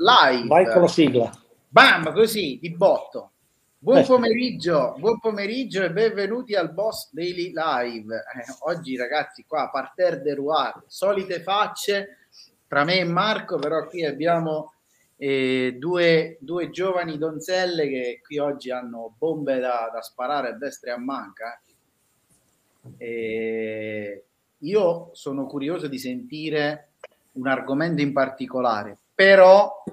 live. Vai con la sigla. Bam, così, di botto. Buon pomeriggio e benvenuti al Boss Daily Live. Oggi ragazzi qua, parterre de Rouen, solite facce tra me e Marco, però qui abbiamo due giovani donzelle che qui oggi hanno bombe da sparare a destra e a manca. Io sono curioso di sentire un argomento in particolare, però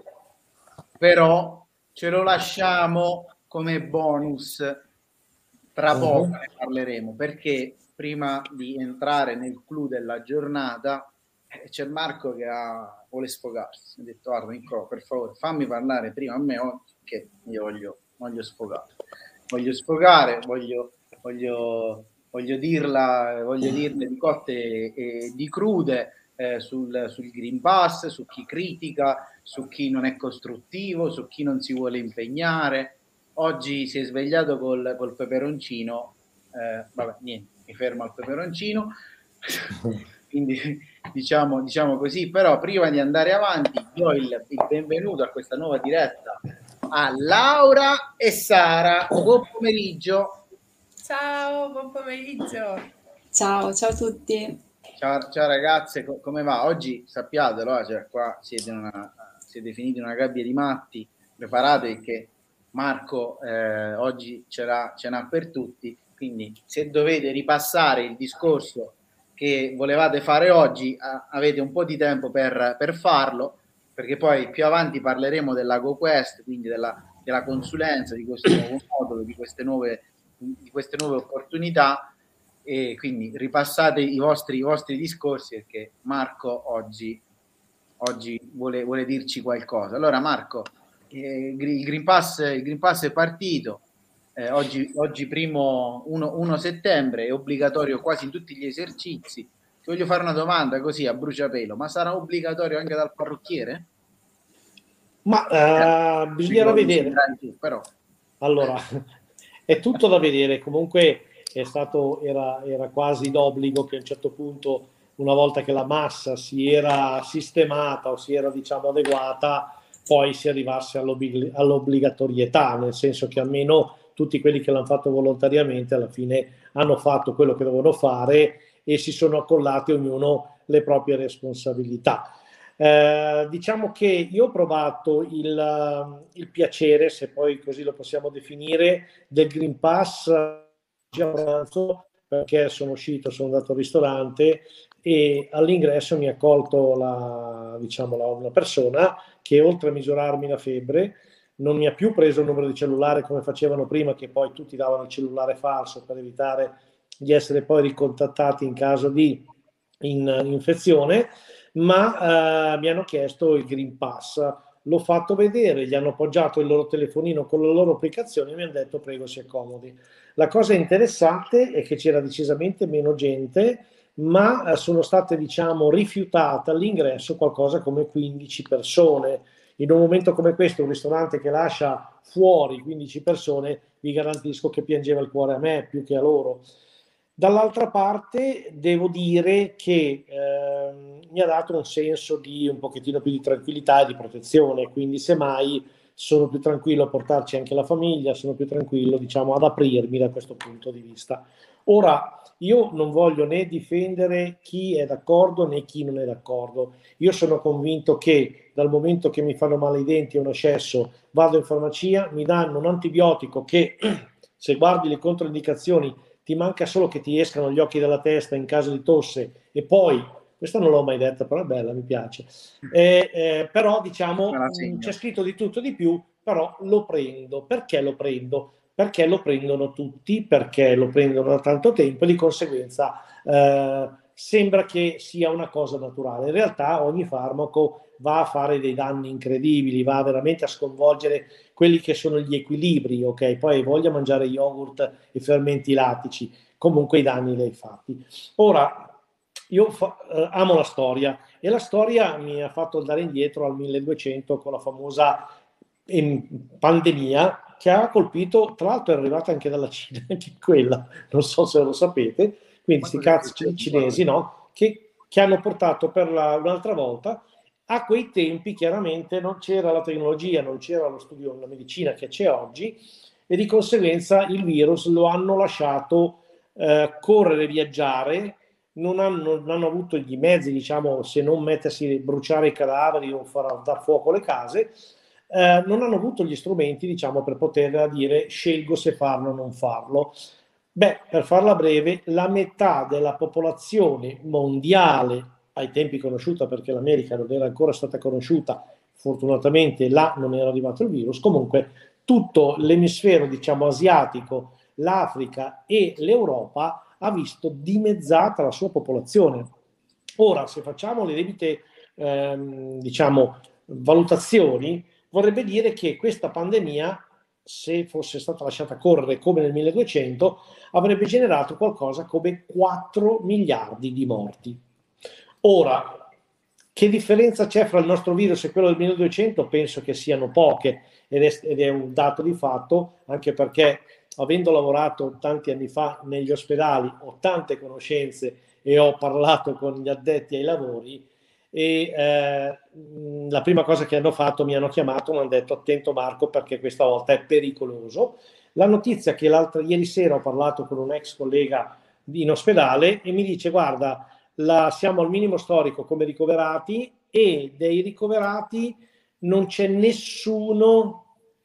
ce lo lasciamo come bonus, tra poco ne parleremo, perché prima di entrare nel clou della giornata c'è Marco che vuole sfogarsi. Mi ha detto: guarda Nicolò, per favore fammi parlare prima a me oggi, che io voglio sfogare, voglio dirle di cotte e di crude sul Green Pass, su chi critica, su chi non è costruttivo, su chi non si vuole impegnare. Oggi si è svegliato col peperoncino, vabbè, niente, mi fermo al peperoncino. Quindi diciamo così, però prima di andare avanti do il benvenuto a questa nuova diretta a Laura e Sara. Buon pomeriggio. Ciao, buon pomeriggio. Ciao a tutti. Ciao ragazze, come va? Oggi sappiatelo, cioè qua siete finiti in una gabbia di matti, preparatevi che Marco oggi ce n'ha per tutti, quindi se dovete ripassare il discorso che volevate fare oggi, avete un po' di tempo per farlo, perché poi più avanti parleremo della GoQuest, quindi della consulenza, di questo nuovo modulo, di queste nuove opportunità, e quindi ripassate i vostri discorsi, perché Marco oggi vuole dirci qualcosa. Allora Marco, il Green Pass è partito. Oggi primo 1 settembre è obbligatorio quasi in tutti gli esercizi. Ti voglio fare una domanda così a bruciapelo: ma sarà obbligatorio anche dal parrucchiere? Ma bisognerà vedere. Però. Allora, è tutto da vedere. Comunque era quasi d'obbligo che a un certo punto, una volta che la massa si era sistemata o si era, diciamo, adeguata, poi si arrivasse all'obbligatorietà, nel senso che almeno tutti quelli che l'hanno fatto volontariamente alla fine hanno fatto quello che dovevano fare e si sono accollati ognuno le proprie responsabilità. Diciamo che io ho provato il piacere, se poi così lo possiamo definire, del Green Pass a pranzo, perché sono uscito, sono andato al ristorante e all'ingresso mi ha accolto una persona che, oltre a misurarmi la febbre, non mi ha più preso il numero di cellulare come facevano prima, che poi tutti davano il cellulare falso per evitare di essere poi ricontattati in caso di infezione, ma mi hanno chiesto il Green Pass. L'ho fatto vedere, gli hanno appoggiato il loro telefonino con la loro applicazione e mi hanno detto: prego, si accomodi. La cosa interessante è che c'era decisamente meno gente, ma sono state, diciamo, rifiutate all'ingresso qualcosa come 15 persone. In un momento come questo, un ristorante che lascia fuori 15 persone, vi garantisco che piangeva il cuore a me più che a loro. Dall'altra parte devo dire che mi ha dato un senso di un pochettino più di tranquillità e di protezione, quindi semmai sono più tranquillo a portarci anche la famiglia, sono più tranquillo, diciamo, ad aprirmi da questo punto di vista. Ora, io non voglio né difendere chi è d'accordo né chi non è d'accordo. Io sono convinto che dal momento che mi fanno male i denti e un ascesso, vado in farmacia, mi danno un antibiotico che, se guardi le controindicazioni, ti manca solo che ti escano gli occhi dalla testa in caso di tosse, e poi, questa non l'ho mai detta, però è bella, mi piace, però diciamo c'è scritto di tutto e di più, però lo prendo. Perché lo prendo? Perché lo prendono tutti, perché lo prendono da tanto tempo e di conseguenza sembra che sia una cosa naturale. In realtà ogni farmaco va a fare dei danni incredibili, va veramente a sconvolgere quelli che sono gli equilibri, ok? Poi voglia mangiare yogurt e fermenti lattici, comunque i danni li hai fatti. Ora, io amo la storia, e la storia mi ha fatto andare indietro al 1200 con la famosa pandemia che ha colpito, tra l'altro è arrivata anche dalla Cina, anche quella, non so se lo sapete, quindi questi cazzo cinesi, no? Che hanno portato per un'altra volta A quei tempi chiaramente non c'era la tecnologia, non c'era lo studio, la medicina che c'è oggi, e di conseguenza il virus lo hanno lasciato correre, viaggiare, non hanno avuto gli mezzi, diciamo, se non mettersi a bruciare i cadaveri o far dar fuoco alle case, non hanno avuto gli strumenti, diciamo, per poter dire scelgo se farlo o non farlo. Beh, per farla breve, la metà della popolazione mondiale, ai tempi conosciuta perché l'America non era ancora stata conosciuta, fortunatamente là non era arrivato il virus, comunque tutto l'emisfero, diciamo, asiatico, l'Africa e l'Europa ha visto dimezzata la sua popolazione. Ora, se facciamo le debite, diciamo, valutazioni, vorrebbe dire che questa pandemia, se fosse stata lasciata correre come nel 1200, avrebbe generato qualcosa come 4 miliardi di morti. Ora, che differenza c'è fra il nostro virus e quello del 1200? Penso che siano poche, ed è un dato di fatto, anche perché avendo lavorato tanti anni fa negli ospedali ho tante conoscenze e ho parlato con gli addetti ai lavori, e la prima cosa che hanno fatto, mi hanno chiamato, mi hanno detto attento Marco perché questa volta è pericoloso. La notizia che ieri sera ho parlato con un ex collega in ospedale e mi dice guarda, siamo al minimo storico come ricoverati, e dei ricoverati non c'è nessuno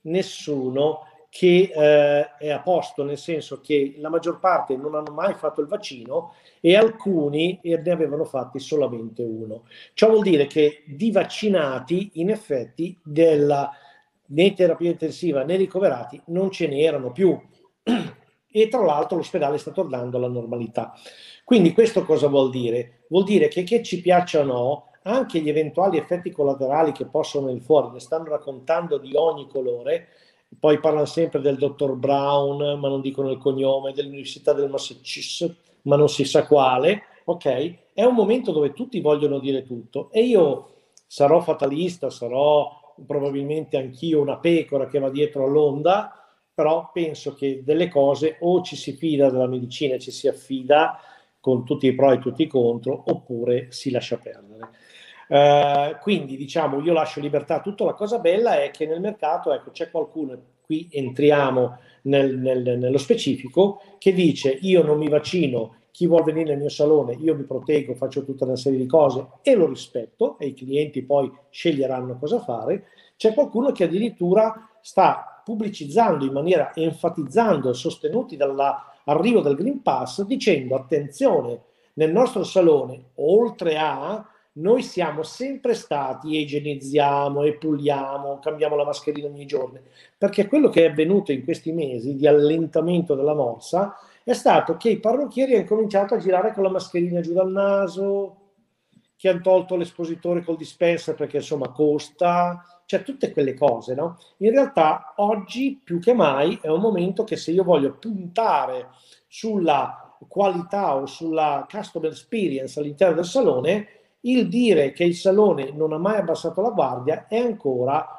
che è a posto, nel senso che la maggior parte non hanno mai fatto il vaccino e alcuni ne avevano fatti solamente uno. Ciò vuol dire che di vaccinati, in effetti, né terapia intensiva né ricoverati non ce n'erano più. E tra l'altro l'ospedale sta tornando alla normalità. Quindi questo cosa vuol dire? Vuol dire che ci piaccia o no, anche gli eventuali effetti collaterali che possono venire fuori, ne stanno raccontando di ogni colore, poi parlano sempre del dottor Brown, ma non dicono il cognome, dell'Università del Massachusetts, ma non si sa quale, ok? È un momento dove tutti vogliono dire tutto e io sarò fatalista, sarò probabilmente anch'io una pecora che va dietro all'onda, però penso che delle cose o ci si fida della medicina, ci si affida con tutti i pro e tutti i contro, oppure si lascia perdere. Quindi diciamo io lascio libertà. Tutta la cosa bella è che nel mercato, ecco, c'è qualcuno, qui entriamo nello specifico, che dice io non mi vaccino, chi vuol venire nel mio salone io mi proteggo, faccio tutta una serie di cose e lo rispetto e i clienti poi sceglieranno cosa fare. C'è qualcuno che addirittura sta pubblicizzando in maniera, enfatizzando, sostenuti dall'arrivo del Green Pass, dicendo attenzione, nel nostro salone, oltre a noi siamo sempre stati e igienizziamo e puliamo, cambiamo la mascherina ogni giorno, perché quello che è avvenuto in questi mesi di allentamento della morsa è stato che i parrucchieri hanno cominciato a girare con la mascherina giù dal naso, che hanno tolto l'espositore col dispenser perché insomma costa, cioè tutte quelle cose, no? In realtà oggi più che mai è un momento che se io voglio puntare sulla qualità o sulla customer experience all'interno del salone, il dire che il salone non ha mai abbassato la guardia è ancora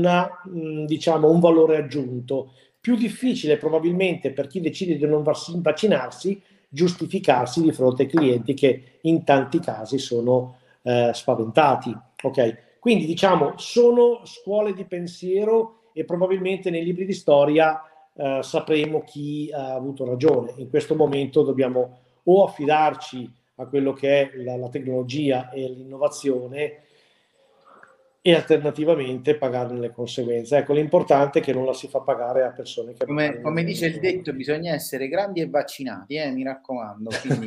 diciamo, un valore aggiunto. Più difficile probabilmente per chi decide di non vaccinarsi giustificarsi di fronte ai clienti che in tanti casi sono spaventati. Ok? Quindi diciamo sono scuole di pensiero e probabilmente nei libri di storia sapremo chi ha avuto ragione. In questo momento dobbiamo o affidarci a quello che è la tecnologia e l'innovazione e alternativamente pagarne le conseguenze. Ecco, l'importante è che non la si fa pagare a persone che... Come dice il detto, bisogna essere grandi e vaccinati, mi raccomando. Quindi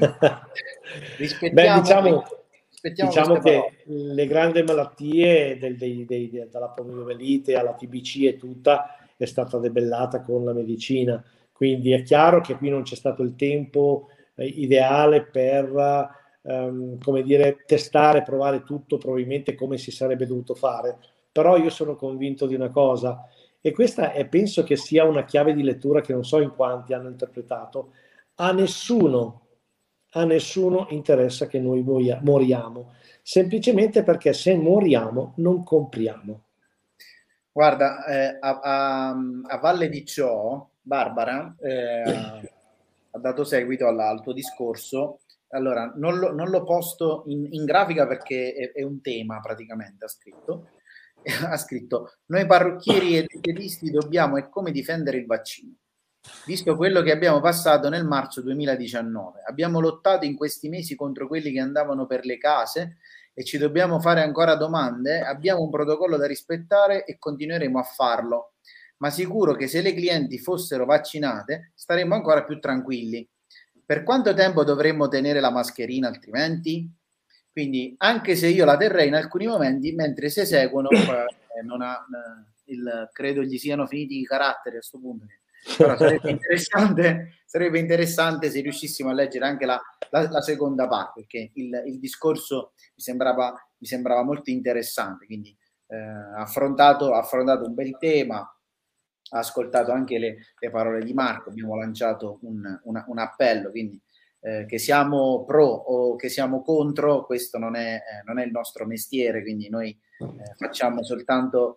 Beh, diciamo che parole. le grandi malattie dalla poliomielite alla TBC e tutta è stata debellata con la medicina, quindi è chiaro che qui non c'è stato il tempo ideale per come dire, testare, provare tutto probabilmente come si sarebbe dovuto fare, però io sono convinto di una cosa, e questa penso che sia una chiave di lettura che non so in quanti hanno interpretato: a nessuno interessa che noi moriamo, semplicemente perché se moriamo non compriamo. Guarda, a valle di ciò, Barbara ha dato seguito al tuo discorso allora, non l'ho posto in grafica perché è un tema praticamente, ha scritto, noi parrucchieri e dietisti dobbiamo e come difendere il vaccino, visto quello che abbiamo passato nel marzo 2019. Abbiamo lottato in questi mesi contro quelli che andavano per le case e ci dobbiamo fare ancora domande. Abbiamo un protocollo da rispettare e continueremo a farlo, ma sicuro che se le clienti fossero vaccinate staremmo ancora più tranquilli. Per quanto tempo dovremmo tenere la mascherina altrimenti? Quindi anche se io la terrei in alcuni momenti, mentre si eseguono non ha, credo gli siano finiti i caratteri a questo punto. Però sarebbe interessante se riuscissimo a leggere anche la seconda parte, perché il discorso mi sembrava molto interessante, quindi ha affrontato un bel tema, ha ascoltato anche le parole di Marco, abbiamo lanciato un appello, quindi che siamo pro o che siamo contro, questo non è il nostro mestiere, quindi noi facciamo soltanto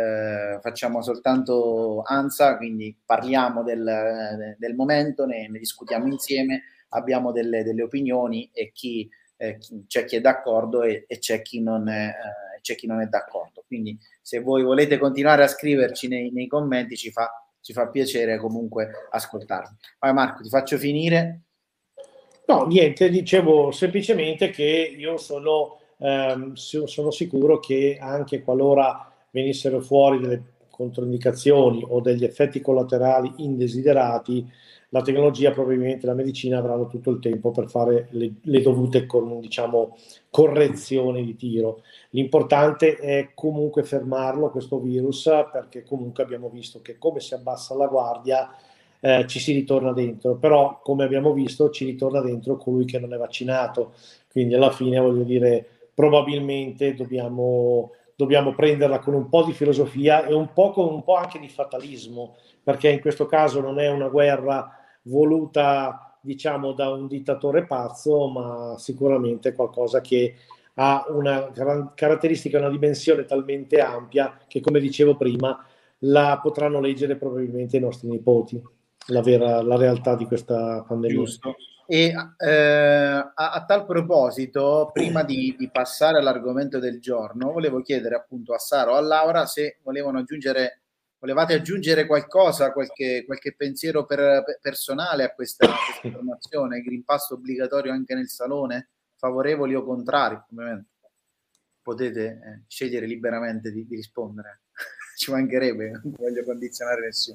ANSA, quindi parliamo del momento, ne discutiamo insieme, abbiamo delle opinioni e c'è chi è d'accordo e c'è chi non è d'accordo. Quindi se voi volete continuare a scriverci nei commenti ci fa piacere comunque ascoltarvi. Vai Marco, ti faccio finire. No, niente, dicevo semplicemente che io sono sicuro che anche qualora venissero fuori delle controindicazioni o degli effetti collaterali indesiderati, la tecnologia, probabilmente la medicina avranno tutto il tempo per fare le dovute diciamo, correzioni di tiro. L'importante è comunque fermarlo, questo virus, perché comunque abbiamo visto che come si abbassa la guardia ci si ritorna dentro, però come abbiamo visto ci ritorna dentro colui che non è vaccinato, quindi alla fine voglio dire probabilmente dobbiamo prenderla con un po' di filosofia e un po' anche di fatalismo, perché in questo caso non è una guerra voluta diciamo da un dittatore pazzo, ma sicuramente qualcosa che ha una caratteristica, una dimensione talmente ampia che, come dicevo prima, la potranno leggere probabilmente i nostri nipoti, la realtà di questa pandemia. Giusto. E a tal proposito, prima di passare all'argomento del giorno, volevo chiedere appunto a Sara o a Laura se volevate aggiungere qualcosa, qualche pensiero personale a questa informazione, Green Pass obbligatorio anche nel salone, favorevoli o contrari, ovviamente. Potete scegliere liberamente di rispondere. Ci mancherebbe, non voglio condizionare nessuno.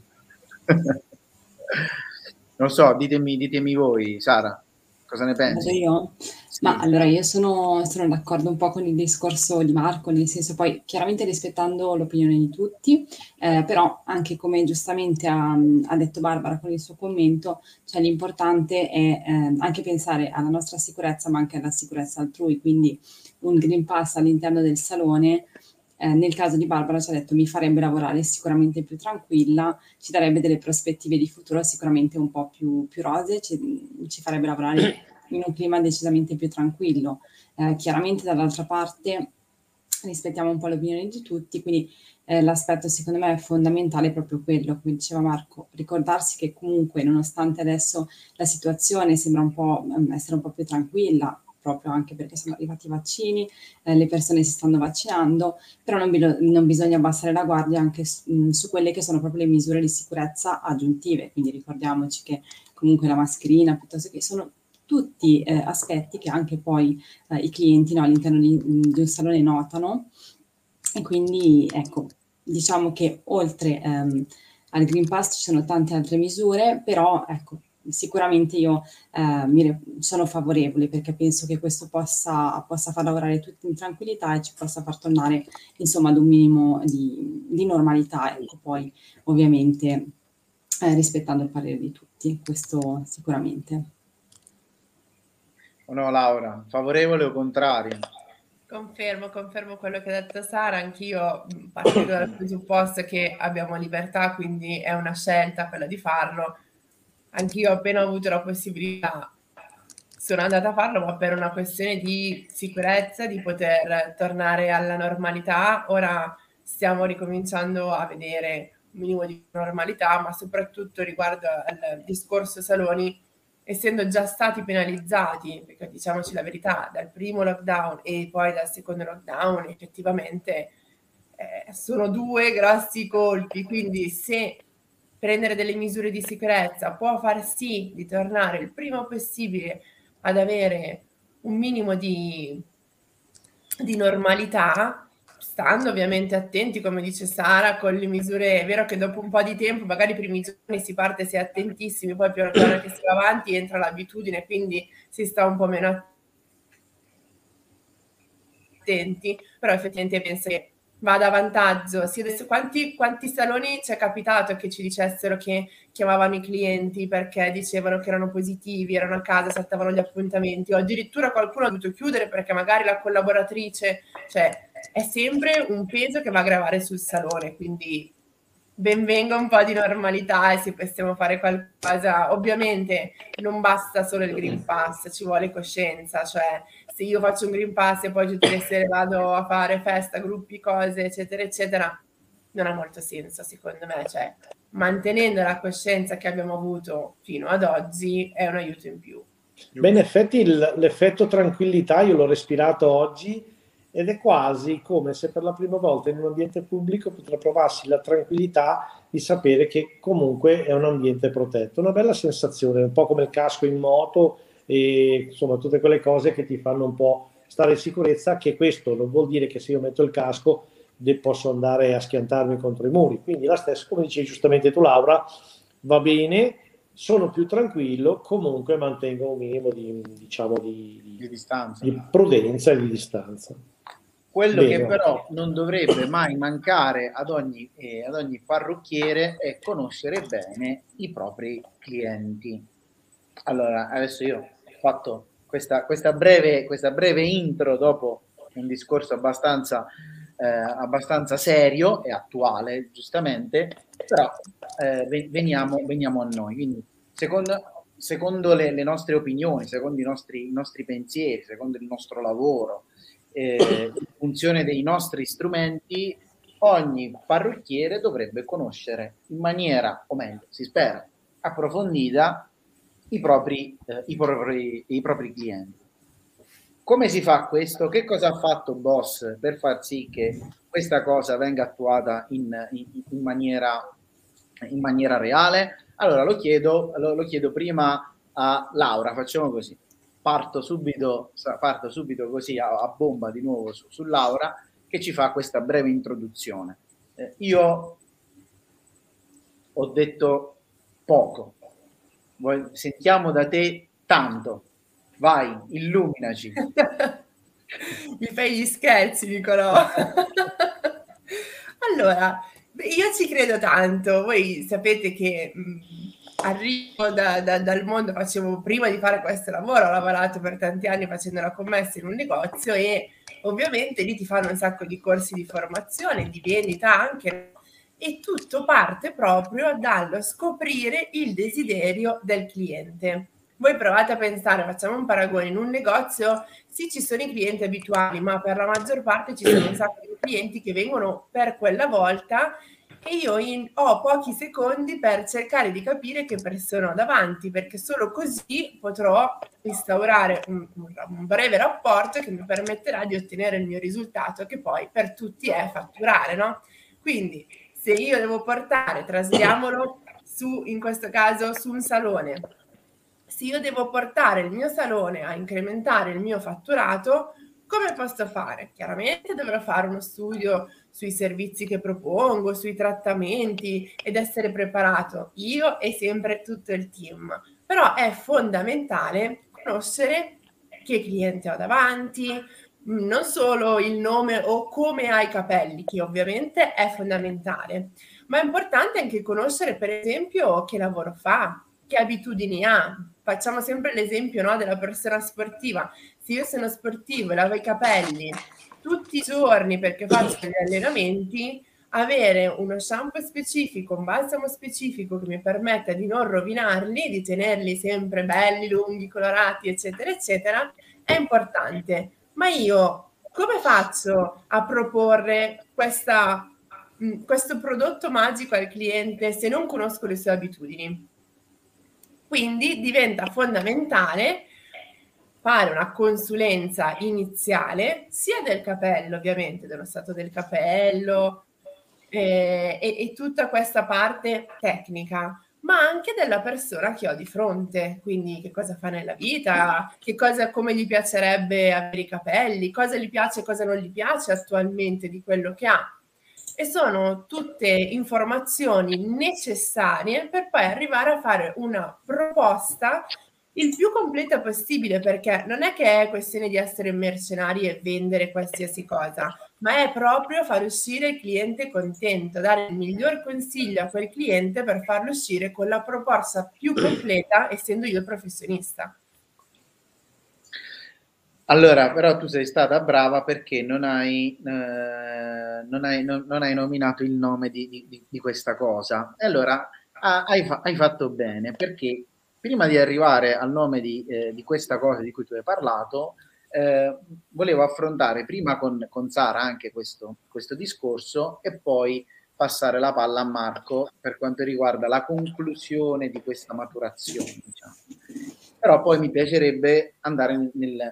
Non so, ditemi voi, Sara, cosa ne pensi? Vado io? Sì. Ma allora io sono d'accordo un po' con il discorso di Marco, nel senso poi chiaramente rispettando l'opinione di tutti, però anche come giustamente ha detto Barbara con il suo commento, cioè l'importante è anche pensare alla nostra sicurezza ma anche alla sicurezza altrui, quindi un Green Pass all'interno del salone, nel caso di Barbara ci ha detto mi farebbe lavorare sicuramente più tranquilla, ci darebbe delle prospettive di futuro sicuramente un po' più rosee, ci farebbe lavorare in un clima decisamente più tranquillo. Chiaramente dall'altra parte rispettiamo un po' l'opinione di tutti, quindi l'aspetto secondo me è fondamentale proprio quello, come diceva Marco, ricordarsi che comunque nonostante adesso la situazione sembra essere un po' più tranquilla, proprio anche perché sono arrivati i vaccini, le persone si stanno vaccinando, però non bisogna abbassare la guardia anche su quelle che sono proprio le misure di sicurezza aggiuntive, quindi ricordiamoci che comunque la mascherina, piuttosto che sono tutti aspetti che anche poi i clienti all'interno di un salone notano, e quindi ecco, diciamo che oltre al Green Pass ci sono tante altre misure, però ecco, sicuramente io sono favorevole perché penso che questo possa far lavorare tutti in tranquillità e ci possa far tornare insomma ad un minimo di normalità, ecco, poi ovviamente rispettando il parere di tutti, questo sicuramente. O no, Laura, favorevole o contrario? Confermo quello che ha detto Sara, anch'io partendo dal presupposto che abbiamo libertà, quindi è una scelta quella di farlo. Anch'io appena ho avuto la possibilità sono andata a farlo, ma per una questione di sicurezza, di poter tornare alla normalità. Ora stiamo ricominciando a vedere un minimo di normalità, ma soprattutto riguardo al discorso saloni, essendo già stati penalizzati, perché diciamoci la verità, dal primo lockdown e poi dal secondo lockdown, effettivamente sono due grossi colpi, quindi se prendere delle misure di sicurezza può far sì di tornare il prima possibile ad avere un minimo di normalità, stando ovviamente attenti, come dice Sara, con le misure. È vero che dopo un po' di tempo, magari i primi giorni si parte, si è attentissimi, poi piano piano che si va avanti entra l'abitudine, quindi si sta un po' meno attenti, però effettivamente penso che vada a vantaggio. Quanti saloni ci è capitato che ci dicessero che chiamavano i clienti perché dicevano che erano positivi, erano a casa, saltavano gli appuntamenti, o addirittura qualcuno ha dovuto chiudere perché magari la collaboratrice, cioè è sempre un peso che va a gravare sul salone, quindi benvenga un po' di normalità e se possiamo fare qualcosa. Ovviamente non basta solo il Green Pass, ci vuole coscienza, cioè se io faccio un Green Pass e poi tutte le sere vado a fare festa, gruppi, cose, eccetera, eccetera, non ha molto senso secondo me, cioè mantenendo la coscienza che abbiamo avuto fino ad oggi è un aiuto in più. Beh, in effetti l'effetto tranquillità io l'ho respirato oggi ed è quasi come se per la prima volta in un ambiente pubblico provassi la tranquillità di sapere che comunque è un ambiente protetto. Una bella sensazione, un po' come il casco in moto e insomma tutte quelle cose che ti fanno un po' stare in sicurezza, che questo non vuol dire che se io metto il casco posso andare a schiantarmi contro i muri. Quindi la stessa, come dicevi giustamente tu Laura, va bene, sono più tranquillo, comunque mantengo un minimo di distanza, di prudenza e di distanza. Quello Bene. Che però non dovrebbe mai mancare ad ogni parrucchiere è conoscere bene i propri clienti. Allora, adesso io ho fatto questa breve intro dopo un discorso abbastanza serio e attuale, giustamente, però veniamo a noi. Quindi, secondo le nostre opinioni, secondo i nostri pensieri, secondo il nostro lavoro, in funzione dei nostri strumenti, ogni parrucchiere dovrebbe conoscere in maniera, o meglio, si spera, approfondita i propri clienti. Come si fa questo? Che cosa ha fatto Boss per far sì che questa cosa venga attuata in maniera reale? Allora lo chiedo prima a Laura, facciamo così. Parto subito così a bomba di nuovo su Laura, che ci fa questa breve introduzione. Io ho detto poco, sentiamo da te tanto. Vai, illuminaci. Mi fai gli scherzi, Nicolò. Allora, io ci credo tanto. Voi sapete che arrivo dal mondo, prima di fare questo lavoro, ho lavorato per tanti anni facendo la commessa in un negozio e ovviamente lì ti fanno un sacco di corsi di formazione, di vendita anche, e tutto parte proprio dallo scoprire il desiderio del cliente. Voi provate a pensare, facciamo un paragone, in un negozio sì, ci sono i clienti abituali, ma per la maggior parte ci sono un sacco di clienti che vengono per quella volta e io ho pochi secondi per cercare di capire che persona ho davanti, perché solo così potrò instaurare un breve rapporto che mi permetterà di ottenere il mio risultato, che poi per tutti è fatturare, no? Quindi se io devo trasliamolo in questo caso su un salone, se io devo portare il mio salone a incrementare il mio fatturato, come posso fare? Chiaramente dovrò fare uno studio sui servizi che propongo, sui trattamenti ed essere preparato io e sempre tutto il team. Però è fondamentale conoscere che cliente ho davanti, non solo il nome o come ha i capelli, che ovviamente è fondamentale, ma è importante anche conoscere, per esempio, che lavoro fa, che abitudini ha. Facciamo sempre l'esempio, no, della persona sportiva. Se io sono sportivo e lavo i capelli tutti i giorni perché faccio gli allenamenti, avere uno shampoo specifico, un balsamo specifico che mi permetta di non rovinarli, di tenerli sempre belli, lunghi, colorati, eccetera, eccetera, è importante. Ma io come faccio a proporre questo prodotto magico al cliente se non conosco le sue abitudini? Quindi diventa fondamentale fare una consulenza iniziale sia del capello, ovviamente, dello stato del capello e tutta questa parte tecnica, ma anche della persona che ho di fronte, quindi che cosa fa nella vita, come gli piacerebbe avere i capelli, cosa gli piace e cosa non gli piace attualmente di quello che ha. E sono tutte informazioni necessarie per poi arrivare a fare una proposta il più completa possibile, perché non è che è questione di essere mercenari e vendere qualsiasi cosa, ma è proprio far uscire il cliente contento, dare il miglior consiglio a quel cliente per farlo uscire con la proposta più completa, essendo io il professionista. Allora, però tu sei stata brava perché non hai nominato il nome di questa cosa. E allora hai fatto bene, perché prima di arrivare al nome di questa cosa di cui tu hai parlato, volevo affrontare prima con Sara anche questo discorso e poi passare la palla a Marco per quanto riguarda la conclusione di questa maturazione, diciamo. Però poi mi piacerebbe andare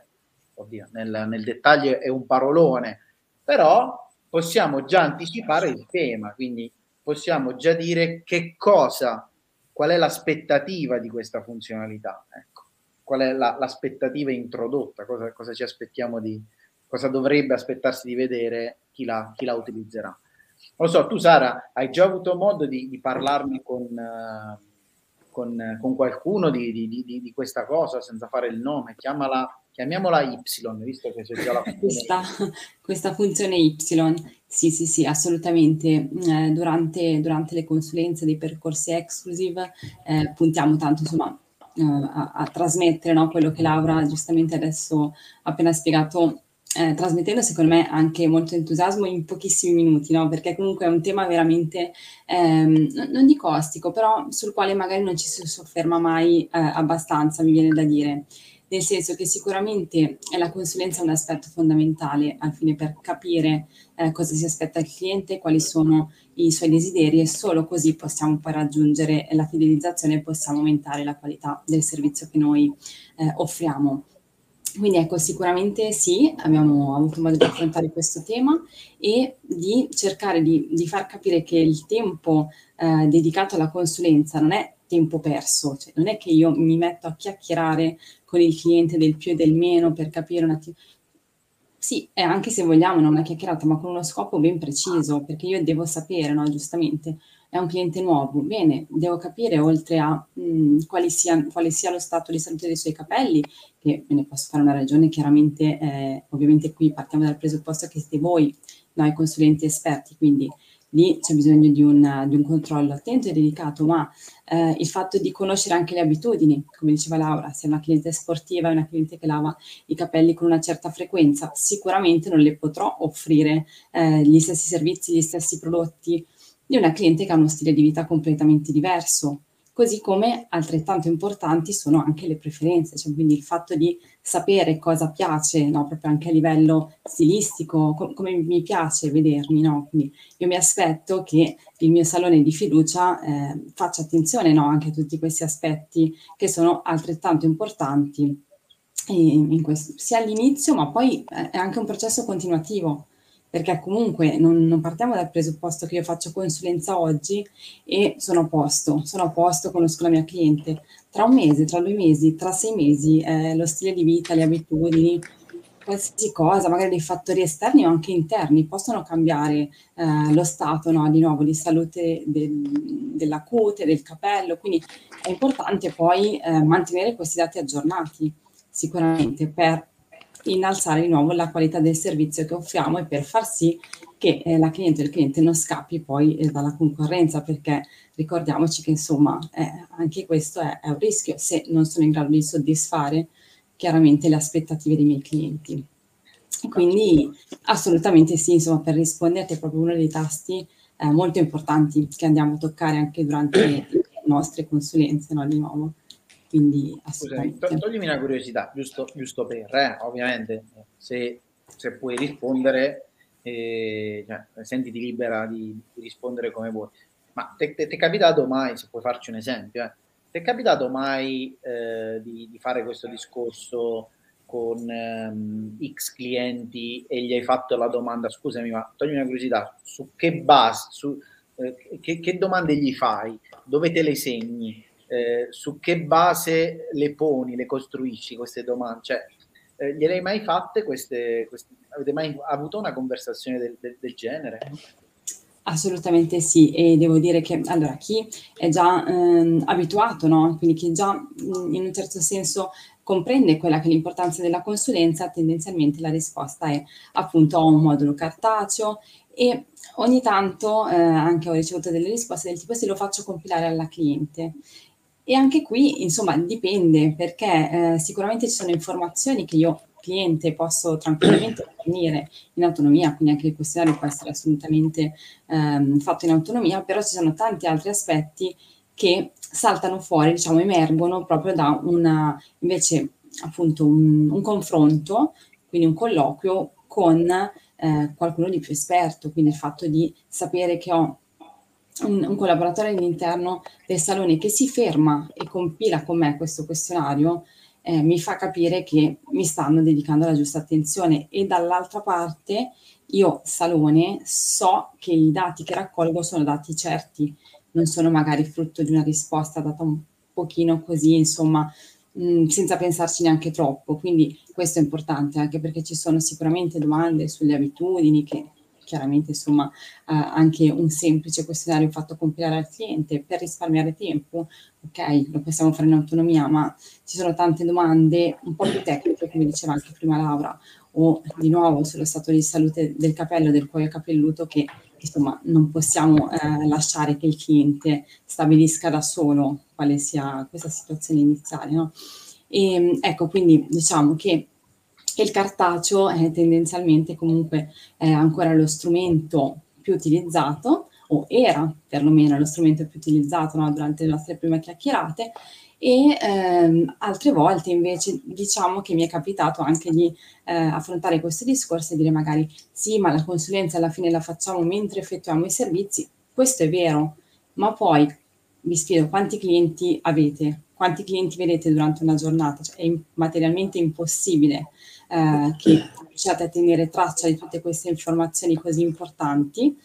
nel dettaglio, è un parolone, però possiamo già anticipare il tema, quindi possiamo già dire qual è l'aspettativa di questa funzionalità, ecco. Qual è l'aspettativa introdotta, cosa ci aspettiamo cosa dovrebbe aspettarsi di vedere chi la utilizzerà. Non lo so, tu Sara, hai già avuto modo di parlarne con qualcuno di questa cosa senza fare il nome? Chiamiamola Y, visto che c'è già la funzione. Questa funzione Y, sì, assolutamente. Durante le consulenze dei percorsi exclusive puntiamo tanto, insomma, a trasmettere, no, quello che Laura giustamente adesso ha appena spiegato, trasmettendo secondo me anche molto entusiasmo in pochissimi minuti, no? Perché comunque è un tema veramente, non dico ostico, però sul quale magari non ci si sofferma mai abbastanza, mi viene da dire. Nel senso che sicuramente la consulenza è un aspetto fondamentale al fine per capire cosa si aspetta il cliente, quali sono i suoi desideri, e solo così possiamo poi raggiungere la fidelizzazione e possiamo aumentare la qualità del servizio che noi offriamo. Quindi ecco, sicuramente sì, abbiamo avuto modo di affrontare questo tema e di cercare di far capire che il tempo dedicato alla consulenza non è tempo perso, cioè non è che io mi metto a chiacchierare con il cliente del più e del meno per capire un attimo. Sì, anche se vogliamo non una chiacchierata, ma con uno scopo ben preciso, perché io devo sapere, no, giustamente, è un cliente nuovo, bene, devo capire oltre a quale sia lo stato di salute dei suoi capelli, che me ne posso fare una ragione, chiaramente, ovviamente qui partiamo dal presupposto che siete voi, noi consulenti esperti, quindi lì c'è bisogno di un controllo attento e dedicato, ma il fatto di conoscere anche le abitudini, come diceva Laura, se è una cliente sportiva, è una cliente che lava i capelli con una certa frequenza, sicuramente non le potrò offrire gli stessi servizi, gli stessi prodotti di una cliente che ha uno stile di vita completamente diverso. Così come altrettanto importanti sono anche le preferenze, cioè quindi il fatto di sapere cosa piace, no? Proprio anche a livello stilistico, come mi piace vedermi, no? Quindi io mi aspetto che il mio salone di fiducia faccia attenzione, no? Anche a tutti questi aspetti che sono altrettanto importanti sia all'inizio, ma poi è anche un processo continuativo, perché comunque non partiamo dal presupposto che io faccio consulenza oggi e sono a posto, conosco la mia cliente. Tra un mese, tra 2 mesi, tra 6 mesi, lo stile di vita, le abitudini, qualsiasi cosa, magari dei fattori esterni o anche interni, possono cambiare lo stato, no, di nuovo, di salute della cute, del capello, quindi è importante poi mantenere questi dati aggiornati, sicuramente, per innalzare di nuovo la qualità del servizio che offriamo e per far sì che la cliente o il cliente non scappi poi dalla concorrenza, perché ricordiamoci che insomma anche questo è un rischio se non sono in grado di soddisfare chiaramente le aspettative dei miei clienti. E quindi assolutamente sì, insomma, per rispondere è proprio uno dei tasti molto importanti che andiamo a toccare anche durante le nostre consulenze, no, di nuovo. Quindi assolutamente. Scusami, toglimi una curiosità, giusto per, ovviamente, se puoi rispondere, cioè, sentiti libera di rispondere come vuoi. Ma ti è capitato mai, se puoi farci un esempio, Ti è capitato mai di fare questo discorso con X clienti e gli hai fatto la domanda, scusami, ma togli una curiosità, su che base, che domande gli fai, dove te le segni, su che base le poni, le costruisci queste domande? Cioè, gliele hai mai fatte avete mai avuto una conversazione del genere? Assolutamente sì, e devo dire che allora chi è già abituato, no? Quindi chi già in un certo senso comprende quella che è l'importanza della consulenza, tendenzialmente la risposta è appunto ho un modulo cartaceo e ogni tanto anche ho ricevuto delle risposte del tipo se lo faccio compilare alla cliente. E anche qui, insomma, dipende perché sicuramente ci sono informazioni che io cliente posso tranquillamente fornire in autonomia, quindi anche il questionario può essere assolutamente fatto in autonomia, però ci sono tanti altri aspetti che saltano fuori, diciamo, emergono proprio da invece appunto un confronto, quindi un colloquio con qualcuno di più esperto, quindi il fatto di sapere che ho un collaboratore all'interno del salone che si ferma e compila con me questo questionario mi fa capire che mi stanno dedicando la giusta attenzione e dall'altra parte io, salone, so che i dati che raccolgo sono dati certi, non sono magari frutto di una risposta data un pochino così, insomma, senza pensarci neanche troppo. Quindi questo è importante anche perché ci sono sicuramente domande sulle abitudini che chiaramente insomma anche un semplice questionario fatto compilare al cliente per risparmiare tempo, ok, lo possiamo fare in autonomia, ma ci sono tante domande un po' più tecniche, come diceva anche prima Laura, o di nuovo sullo stato di salute del capello, del cuoio capelluto, che insomma non possiamo lasciare che il cliente stabilisca da solo quale sia questa situazione iniziale, no? E ecco, quindi diciamo che il cartaceo è tendenzialmente comunque ancora lo strumento più utilizzato, o era perlomeno lo strumento più utilizzato, no, durante le nostre prime chiacchierate, e altre volte invece diciamo che mi è capitato anche di affrontare questo discorso e dire magari sì, ma la consulenza alla fine la facciamo mentre effettuiamo i servizi, questo è vero, ma poi vi spiego quanti clienti avete, quanti clienti vedete durante una giornata, cioè è materialmente impossibile che riusciate a tenere traccia di tutte queste informazioni così importanti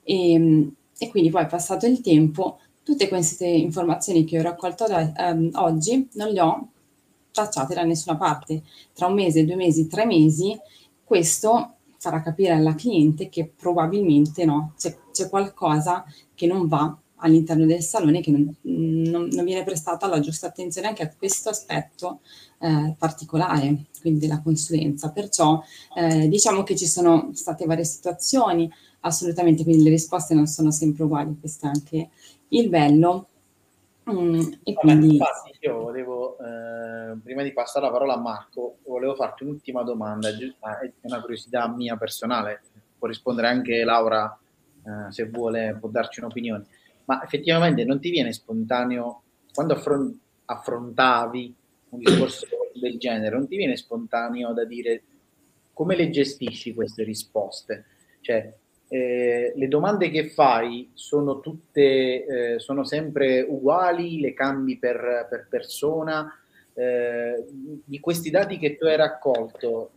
e quindi poi passato il tempo tutte queste informazioni che ho raccolto oggi non le ho tracciate da nessuna parte. Tra un mese, 2 mesi, 3 mesi, questo farà capire alla cliente che probabilmente no, c'è qualcosa che non va all'interno del salone, che non viene prestata la giusta attenzione anche a questo aspetto particolare, quindi della consulenza. Perciò diciamo che ci sono state varie situazioni, assolutamente, quindi le risposte non sono sempre uguali, questo è anche il bello. E quindi infatti io volevo, prima di passare la parola a Marco, volevo farti un'ultima domanda, è una curiosità mia personale, può rispondere anche Laura se vuole, può darci un'opinione, ma effettivamente non ti viene spontaneo, quando affrontavi un discorso del genere, non ti viene spontaneo da dire come le gestisci queste risposte? Cioè, le domande che fai sono tutte, sono sempre uguali, le cambi per persona? Di questi dati che tu hai raccolto,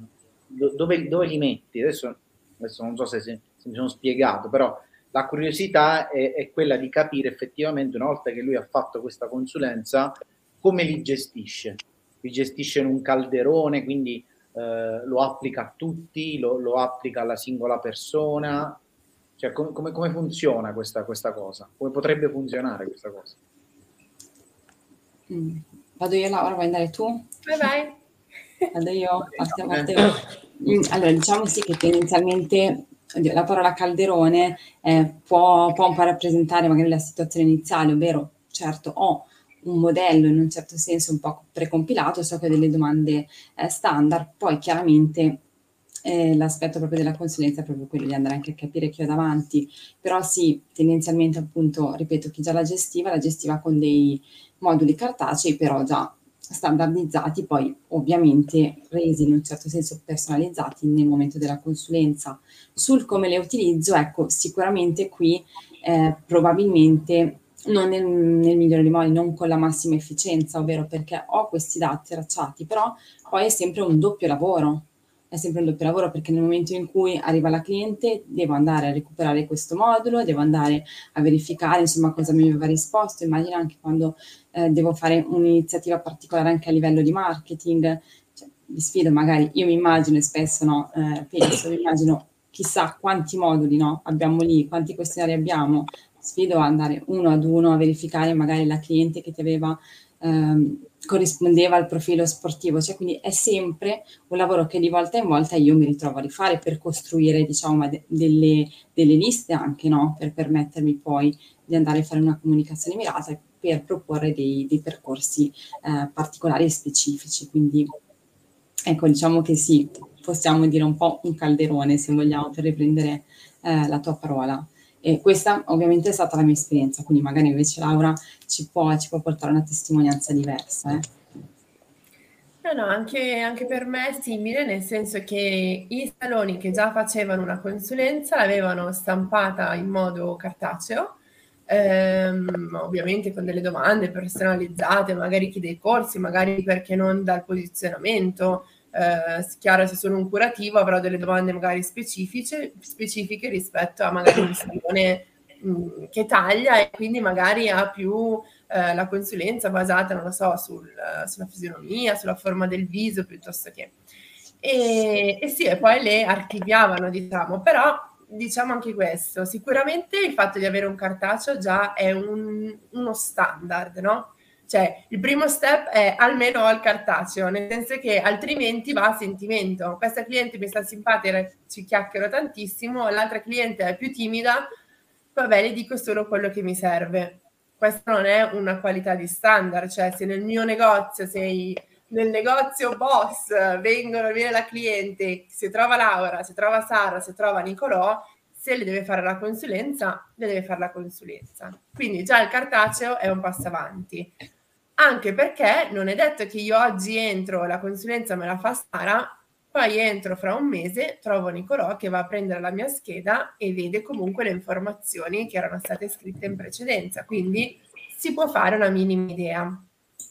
dove li metti? Adesso non so se mi sono spiegato, però la curiosità è quella di capire effettivamente, una volta che lui ha fatto questa consulenza, come li gestisce. Li gestisce in un calderone, quindi lo applica a tutti, lo applica alla singola persona, cioè come funziona questa cosa? Come potrebbe funzionare questa cosa? Vado io, Laura, vuoi andare tu? Vai. Vado io, partiamo. Allora, diciamo sì che tendenzialmente la parola calderone può un po' rappresentare magari la situazione iniziale, ovvero certo ho un modello in un certo senso un po' precompilato, so che ho delle domande standard, poi chiaramente l'aspetto proprio della consulenza è proprio quello di andare anche a capire chi ho davanti, però sì, tendenzialmente appunto, ripeto, chi già la gestiva con dei moduli cartacei, però già standardizzati, poi ovviamente resi in un certo senso personalizzati nel momento della consulenza. Sul come le utilizzo, ecco, sicuramente qui probabilmente non nel migliore dei modi, non con la massima efficienza, ovvero perché ho questi dati tracciati, però poi è sempre un doppio lavoro. È sempre un doppio lavoro perché nel momento in cui arriva la cliente devo andare a recuperare questo modulo, devo andare a verificare insomma cosa mi aveva risposto. Immagina anche quando devo fare un'iniziativa particolare anche a livello di marketing, cioè, vi sfido magari, io mi immagino e spesso no, penso, mi immagino chissà quanti moduli no, abbiamo lì, quanti questionari abbiamo, sfido a andare uno ad uno a verificare magari la cliente che ti aveva corrispondeva al profilo sportivo, cioè quindi è sempre un lavoro che di volta in volta io mi ritrovo a rifare per costruire diciamo delle liste anche no? Per permettermi poi di andare a fare una comunicazione mirata e per proporre dei percorsi particolari e specifici, quindi ecco diciamo che sì, possiamo dire un po' un calderone se vogliamo per riprendere la tua parola. E questa ovviamente è stata la mia esperienza, quindi magari invece Laura ci può portare una testimonianza diversa. No, anche per me è simile, nel senso che i saloni che già facevano una consulenza l'avevano stampata in modo cartaceo, ovviamente con delle domande personalizzate, magari chi dei corsi, magari perché non dal posizionamento, chiaro se sono un curativo avrò delle domande magari specifiche rispetto a magari un salone che taglia e quindi magari ha più la consulenza basata, non lo so, sulla fisionomia, sulla forma del viso piuttosto che... E sì, e poi le archiviavano, diciamo, però diciamo anche questo, sicuramente il fatto di avere un cartaceo già è uno standard, no? Cioè, il primo step è almeno ho il cartaceo, nel senso che altrimenti va a sentimento. Questa cliente mi sta simpatica, ci chiacchiero tantissimo, l'altra cliente è più timida, vabbè, le dico solo quello che mi serve. Questa non è una qualità di standard, cioè se nel mio negozio, nel negozio boss viene la cliente, se trova Laura, se trova Sara, se trova Nicolò, se le deve fare la consulenza, le deve fare la consulenza. Quindi già il cartaceo è un passo avanti. Anche perché non è detto che io oggi entro, la consulenza me la fa Sara, poi entro fra un mese, trovo Nicolò che va a prendere la mia scheda e vede comunque le informazioni che erano state scritte in precedenza, quindi si può fare una minima idea.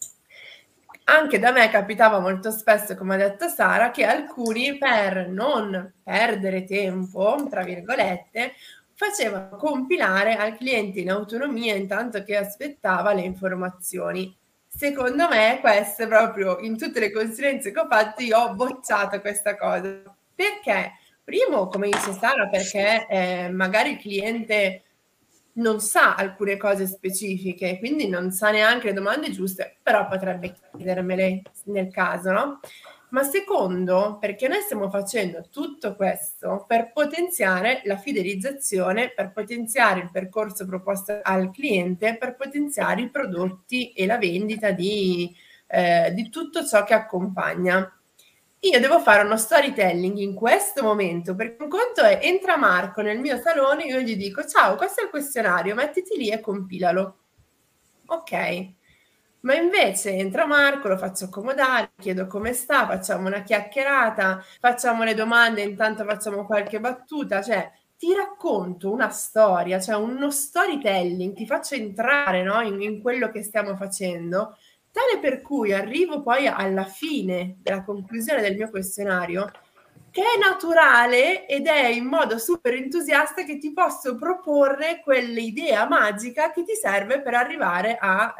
Anche da me capitava molto spesso, come ha detto Sara, che alcuni per non perdere tempo, tra virgolette, facevano compilare al cliente in autonomia intanto che aspettava le informazioni. Secondo me questo è proprio, in tutte le consulenze che ho fatto, io ho bocciato questa cosa. Perché? Primo, come dice Sara, perché magari il cliente non sa alcune cose specifiche, quindi non sa neanche le domande giuste, però potrebbe chiedermele nel caso, no? Ma secondo, perché noi stiamo facendo tutto questo per potenziare la fidelizzazione, per potenziare il percorso proposto al cliente, per potenziare i prodotti e la vendita di tutto ciò che accompagna. Io devo fare uno storytelling in questo momento, perché un conto è, entra Marco nel mio salone, io gli dico, ciao, questo è il questionario, mettiti lì e compilalo. Ok. Ma invece entra Marco, lo faccio accomodare, chiedo come sta, facciamo una chiacchierata, facciamo le domande, intanto facciamo qualche battuta, cioè ti racconto una storia, cioè uno storytelling, ti faccio entrare no, in quello che stiamo facendo, tale per cui arrivo poi alla fine della conclusione del mio questionario, che è naturale ed è in modo super entusiasta che ti posso proporre quell'idea magica che ti serve per arrivare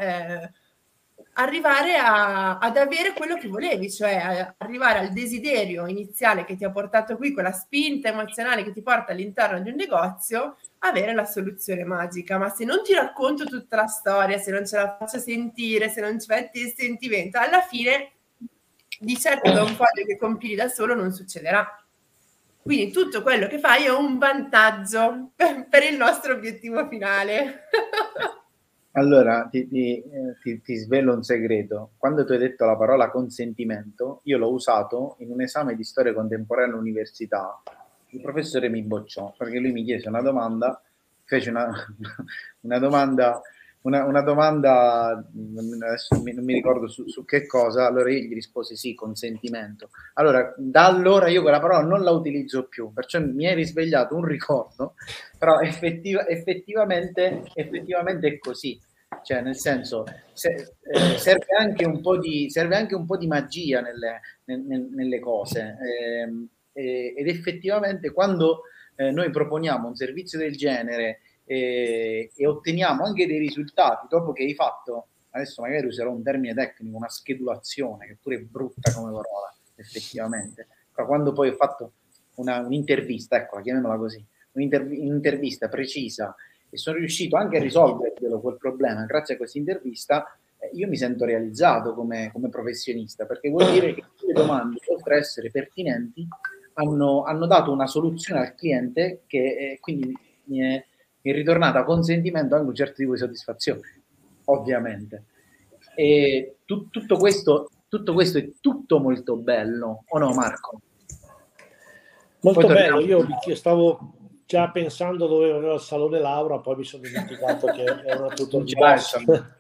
ad avere quello che volevi, cioè arrivare al desiderio iniziale che ti ha portato qui, quella spinta emozionale che ti porta all'interno di un negozio, avere la soluzione magica. Ma se non ti racconto tutta la storia, se non ce la faccio sentire, se non ci metti il sentimento, alla fine di certo da un foglio che compili da solo non succederà. Quindi tutto quello che fai è un vantaggio per il nostro obiettivo finale. Allora, ti svelo un segreto. Quando tu hai detto la parola consentimento, io l'ho usato in un esame di storia contemporanea all'università. Il professore mi bocciò perché lui mi chiese una domanda, fece una domanda una domanda, adesso non mi ricordo su che cosa, allora io gli risposi sì, consentimento. Allora, da allora io quella parola non la utilizzo più, perciò mi è risvegliato un ricordo, però effettivamente è così. Cioè, nel senso, serve anche un po' di magia nelle cose. Ed effettivamente quando noi proponiamo un servizio del genere e otteniamo anche dei risultati dopo che hai fatto, adesso magari userò un termine tecnico, una schedulazione, che pure è brutta come parola, effettivamente, però quando poi ho fatto un'intervista, ecco, chiamiamola così, un'intervista precisa e sono riuscito anche a risolverlo quel problema grazie a questa intervista, io mi sento realizzato come professionista, perché vuol dire che le domande, oltre a essere pertinenti, hanno dato una soluzione al cliente che quindi mi è ritornata con sentimento anche un certo tipo di soddisfazione, ovviamente. E tutto questo è tutto molto bello, o no, Marco? Molto bello, io stavo già pensando dove aveva il salone Laura, poi mi sono dimenticato che era una tutor di Boss.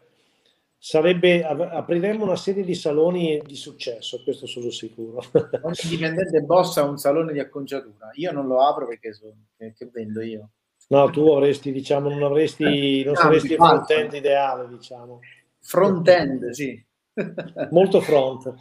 Apriremo una serie di saloni di successo, questo sono sicuro. Ogni dipendente Boss ha un salone di acconciatura, io non lo apro perché che vendo io. No, tu avresti, diciamo, non saresti il front-end ideale, diciamo. Front-end, sì. Molto front.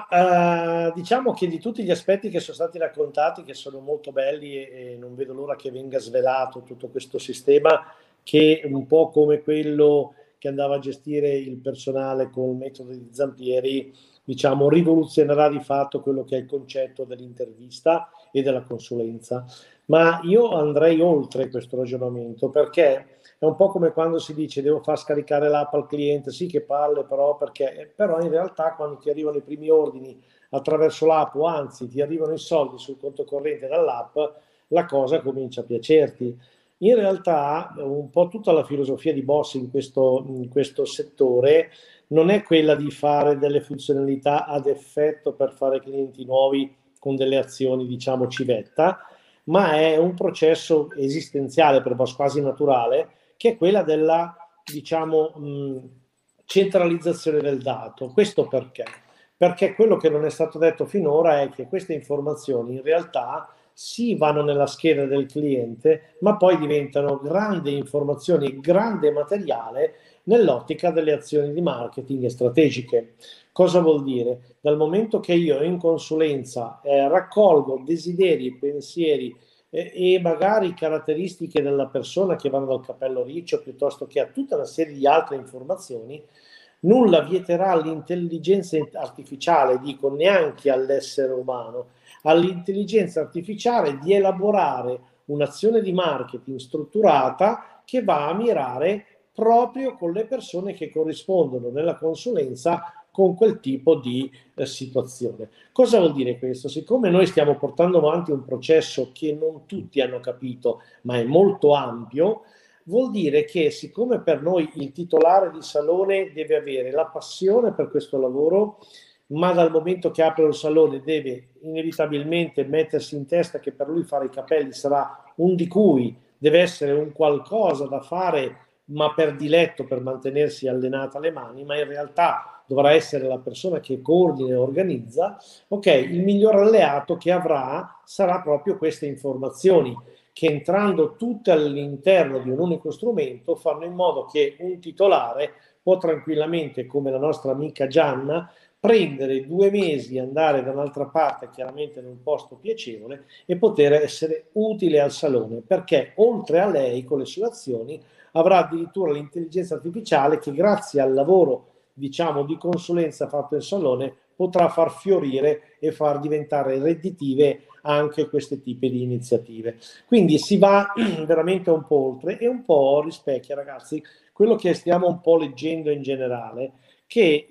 Ma diciamo che di tutti gli aspetti che sono stati raccontati, che sono molto belli e non vedo l'ora che venga svelato tutto questo sistema, che un po' come quello che andava a gestire il personale con il metodo di Zampieri, diciamo, rivoluzionerà di fatto quello che è il concetto dell'intervista e della consulenza. Ma io andrei oltre questo ragionamento, perché è un po' come quando si dice devo far scaricare l'app al cliente, sì che palle, però in realtà quando ti arrivano i primi ordini attraverso l'app, o anzi ti arrivano i soldi sul conto corrente dall'app, la cosa comincia a piacerti. In realtà un po' tutta la filosofia di Boss in questo settore non è quella di fare delle funzionalità ad effetto per fare clienti nuovi con delle azioni, diciamo, civetta, ma è un processo esistenziale per Boss, quasi naturale, che è quella della, diciamo, centralizzazione del dato. Questo perché? Perché quello che non è stato detto finora è che queste informazioni in realtà sì vanno nella scheda del cliente, ma poi diventano grandi informazioni, grande materiale nell'ottica delle azioni di marketing strategiche. Cosa vuol dire? Dal momento che io in consulenza raccolgo desideri, pensieri e magari caratteristiche della persona che vanno dal cappello riccio piuttosto che a tutta una serie di altre informazioni, nulla vieterà all'intelligenza artificiale, dico neanche all'essere umano, all'intelligenza artificiale di elaborare un'azione di marketing strutturata che va a mirare proprio con le persone che corrispondono nella consulenza con quel tipo di situazione. Cosa vuol dire questo? Siccome noi stiamo portando avanti un processo che non tutti hanno capito, ma è molto ampio, vuol dire che siccome per noi il titolare di salone deve avere la passione per questo lavoro, ma dal momento che apre un salone deve inevitabilmente mettersi in testa che per lui fare i capelli sarà un di cui, deve essere un qualcosa da fare ma per diletto, per mantenersi allenata le mani, ma in realtà dovrà essere la persona che coordina e organizza, ok, il miglior alleato che avrà sarà proprio queste informazioni, che entrando tutte all'interno di un unico strumento fanno in modo che un titolare può tranquillamente, come la nostra amica Gianna, prendere 2 mesi, andare da un'altra parte, chiaramente in un posto piacevole, e poter essere utile al salone, perché oltre a lei con le sue azioni avrà addirittura l'intelligenza artificiale che grazie al lavoro, diciamo, di consulenza fatto in salone potrà far fiorire e far diventare redditive anche questi tipi di iniziative. Quindi si va veramente un po' oltre e un po' rispecchia, ragazzi, quello che stiamo un po' leggendo in generale, che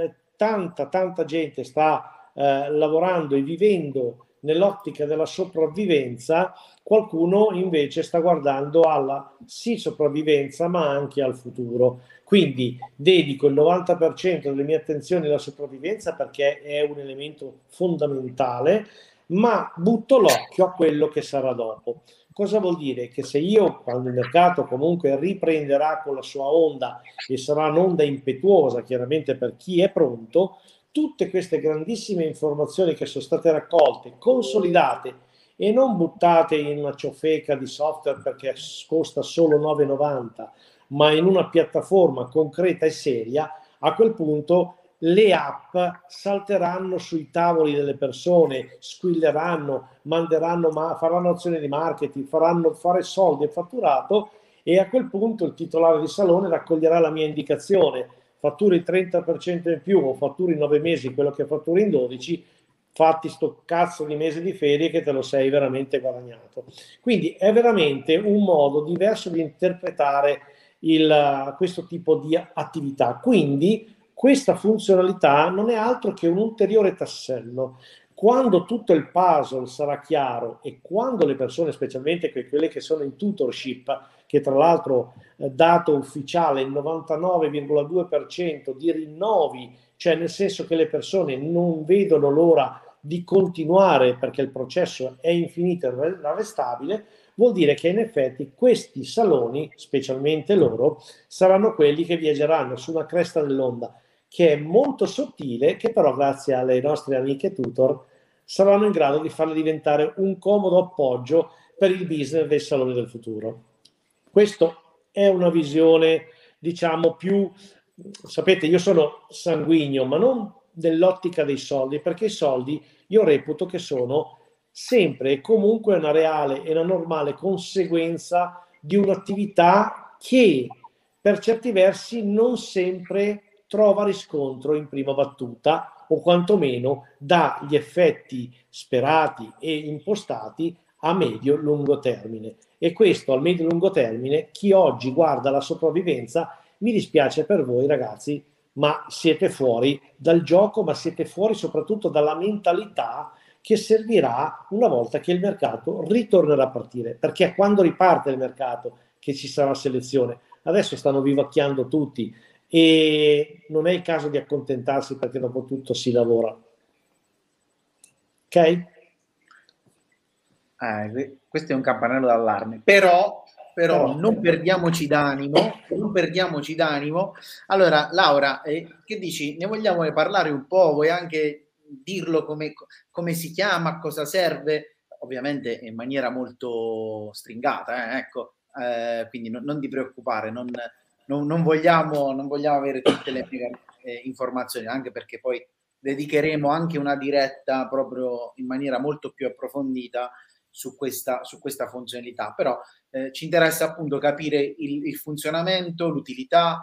tanta gente sta lavorando e vivendo nell'ottica della sopravvivenza, qualcuno invece sta guardando alla sì sopravvivenza ma anche al futuro. Quindi dedico il 90% delle mie attenzioni alla sopravvivenza perché è un elemento fondamentale, ma butto l'occhio a quello che sarà dopo. Cosa vuol dire? Che se io, quando il mercato comunque riprenderà con la sua onda, e sarà un'onda impetuosa chiaramente per chi è pronto, tutte queste grandissime informazioni che sono state raccolte, consolidate e non buttate in una ciofeca di software perché costa solo 9,90, ma in una piattaforma concreta e seria, a quel punto le app salteranno sui tavoli delle persone, squilleranno, manderanno, faranno azioni di marketing, faranno fare soldi e fatturato, e a quel punto il titolare di salone raccoglierà la mia indicazione: fatturi il 30% in più o fatturi in 9 mesi quello che fatturi in 12, fatti sto cazzo di mese di ferie che te lo sei veramente guadagnato. Quindi è veramente un modo diverso di interpretare questo tipo di attività. Quindi questa funzionalità non è altro che un ulteriore tassello. Quando tutto il puzzle sarà chiaro e quando le persone, specialmente quelle che sono in tutorship, che tra l'altro dato ufficiale il 99,2% di rinnovi, cioè nel senso che le persone non vedono l'ora di continuare perché il processo è infinito e inarrestabile, vuol dire che in effetti questi saloni, specialmente loro, saranno quelli che viaggeranno su una cresta dell'onda che è molto sottile, che però grazie alle nostre amiche tutor saranno in grado di farle diventare un comodo appoggio per il business dei saloni del futuro. Questo è una visione, diciamo, più... Sapete, io sono sanguigno, ma non dell'ottica dei soldi, perché i soldi io reputo che sono sempre e comunque una reale e una normale conseguenza di un'attività che per certi versi non sempre trova riscontro in prima battuta, o quantomeno dà gli effetti sperati e impostati a medio-lungo termine. E questo al medio-lungo termine, chi oggi guarda la sopravvivenza, mi dispiace per voi ragazzi, ma siete fuori dal gioco, ma siete fuori soprattutto dalla mentalità che servirà una volta che il mercato ritornerà a partire, perché è quando riparte il mercato che ci sarà selezione. Adesso stanno vivacchiando tutti e non è il caso di accontentarsi, perché dopo tutto si lavora. Ok? Questo è un campanello d'allarme, però non perdiamoci d'animo, Allora, Laura, che dici? Ne vogliamo parlare un po'? Vuoi anche dirlo come si chiama, a cosa serve? Ovviamente in maniera molto stringata, ecco, quindi non ti preoccupare, non vogliamo avere tutte le informazioni, anche perché poi dedicheremo anche una diretta proprio in maniera molto più approfondita su questa funzionalità, però ci interessa appunto capire il funzionamento, l'utilità,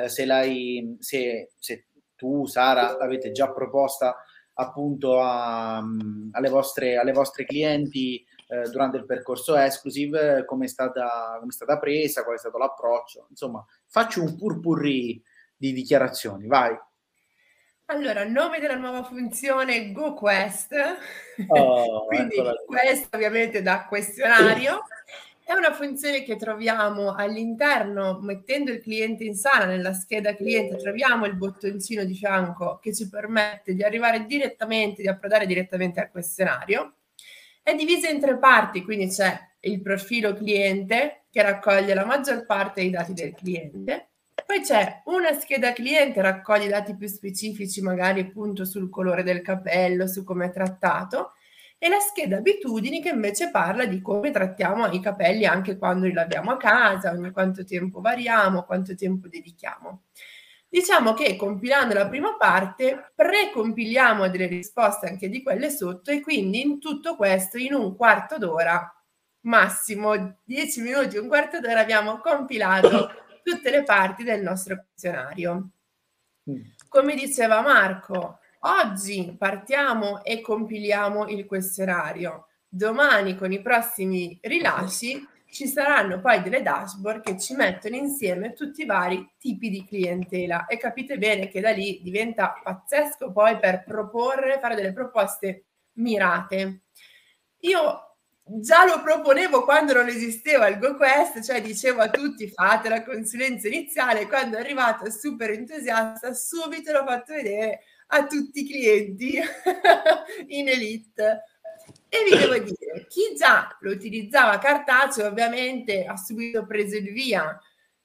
se tu, Sara, l'avete già proposta appunto alle vostre clienti durante il percorso Exclusive, come è stata presa, qual è stato l'approccio, insomma, faccio un purpurri di dichiarazioni, vai. Allora, nome della nuova funzione GoQuest, quindi questo ovviamente da questionario, è una funzione che troviamo all'interno, mettendo il cliente in sala, nella scheda cliente troviamo il bottoncino di fianco che ci permette di arrivare direttamente, di approdare direttamente al questionario. È divisa in 3 parti, quindi c'è il profilo cliente che raccoglie la maggior parte dei dati del cliente. Poi c'è una scheda cliente, raccoglie dati più specifici, magari appunto sul colore del capello, su come è trattato, e la scheda abitudini che invece parla di come trattiamo i capelli anche quando li laviamo a casa, ogni quanto tempo variamo, quanto tempo dedichiamo. Diciamo che compilando la prima parte precompiliamo delle risposte anche di quelle sotto, e quindi in tutto questo in un quarto d'ora, massimo 10 minuti, un quarto d'ora, abbiamo compilato tutte le parti del nostro questionario. Come diceva Marco, oggi partiamo e compiliamo il questionario. Domani, con i prossimi rilasci, ci saranno poi delle dashboard che ci mettono insieme tutti i vari tipi di clientela, e capite bene che da lì diventa pazzesco poi per proporre, fare delle proposte mirate. Io già lo proponevo quando non esisteva il GoQuest, cioè dicevo a tutti fate la consulenza iniziale, quando è arrivato super entusiasta subito l'ho fatto vedere a tutti i clienti in Elite. E vi devo dire, chi già lo utilizzava cartaceo ovviamente ha subito preso il via.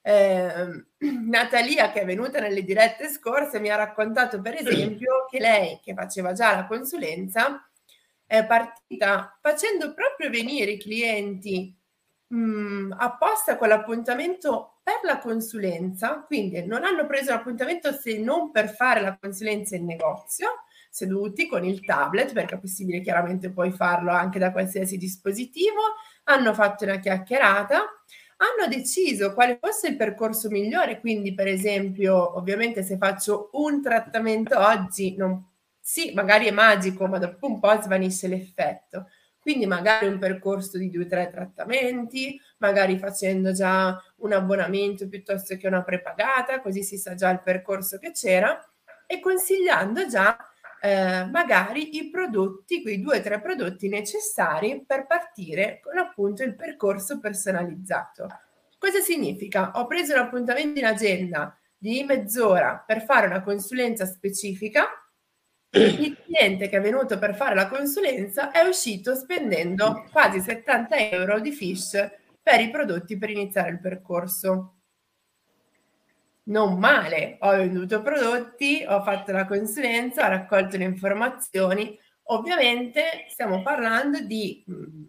Natalia, che è venuta nelle dirette scorse, mi ha raccontato per esempio che lei, che faceva già la consulenza, è partita facendo proprio venire i clienti apposta con l'appuntamento per la consulenza, quindi non hanno preso l'appuntamento se non per fare la consulenza in negozio, seduti con il tablet, perché è possibile, chiaramente puoi farlo anche da qualsiasi dispositivo, hanno fatto una chiacchierata, hanno deciso quale fosse il percorso migliore, quindi per esempio, ovviamente se faccio un trattamento oggi, sì, magari è magico, ma dopo un po' svanisce l'effetto. Quindi magari un percorso di 2 o 3 trattamenti, magari facendo già un abbonamento piuttosto che una prepagata, così si sa già il percorso che c'era, e consigliando già magari i prodotti, quei 2 o 3 prodotti necessari per partire con appunto il percorso personalizzato. Cosa significa? Ho preso un appuntamento in agenda di mezz'ora per fare una consulenza specifica. Il cliente che è venuto per fare la consulenza è uscito spendendo quasi 70 euro di fish per i prodotti per iniziare il percorso. Non male, ho venduto prodotti, ho fatto la consulenza, ho raccolto le informazioni. Ovviamente stiamo parlando di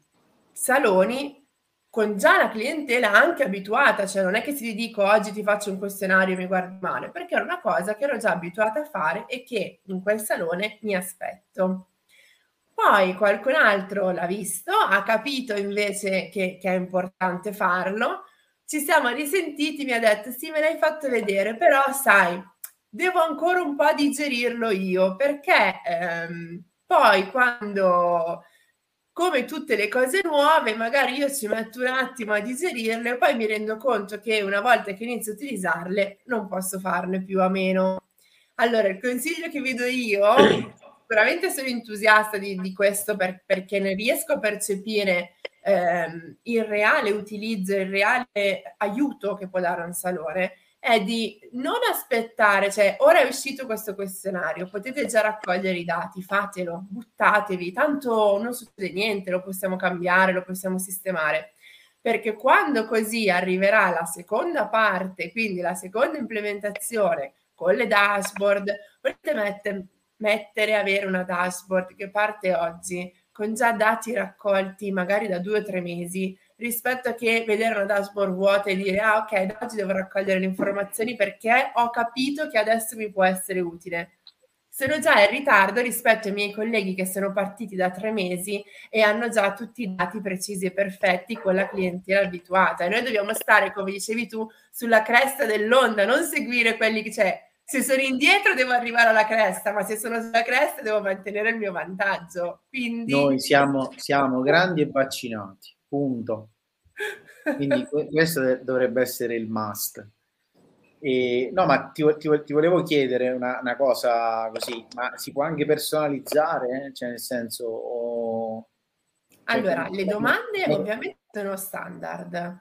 saloni con già la clientela anche abituata, cioè non è che ti dico oggi ti faccio un questionario e mi guardi male, perché è una cosa che ero già abituata a fare e che in quel salone mi aspetto. Poi qualcun altro l'ha visto, ha capito invece che è importante farlo, ci siamo risentiti, mi ha detto sì, me l'hai fatto vedere, però sai, devo ancora un po' digerirlo io, perché poi quando, come tutte le cose nuove, magari io ci metto un attimo a digerirle e poi mi rendo conto che una volta che inizio a utilizzarle non posso farne più a meno. Allora, il consiglio che vi do io, sicuramente sono entusiasta di questo perché ne riesco a percepire il reale utilizzo, il reale aiuto che può dare un salone, è di non aspettare, cioè ora è uscito questo questionario, potete già raccogliere i dati, fatelo, buttatevi, tanto non succede niente, lo possiamo cambiare, lo possiamo sistemare, perché quando così arriverà la seconda parte, quindi la seconda implementazione con le dashboard, volete avere una dashboard che parte oggi con già dati raccolti magari da 2 o 3 mesi, rispetto a che vedere una dashboard vuota e dire ah ok, da oggi devo raccogliere le informazioni perché ho capito che adesso mi può essere utile. Sono già in ritardo rispetto ai miei colleghi che sono partiti da 3 mesi e hanno già tutti i dati precisi e perfetti con la clientela abituata. E noi dobbiamo stare, come dicevi tu, sulla cresta dell'onda, non seguire quelli che c'è. Se sono indietro devo arrivare alla cresta, ma se sono sulla cresta devo mantenere il mio vantaggio. Quindi noi siamo grandi e vaccinati, punto. Quindi questo dovrebbe essere il must. No, ma ti volevo chiedere una cosa così, ma si può anche personalizzare? Cioè nel senso... Allora, le domande ovviamente sono standard,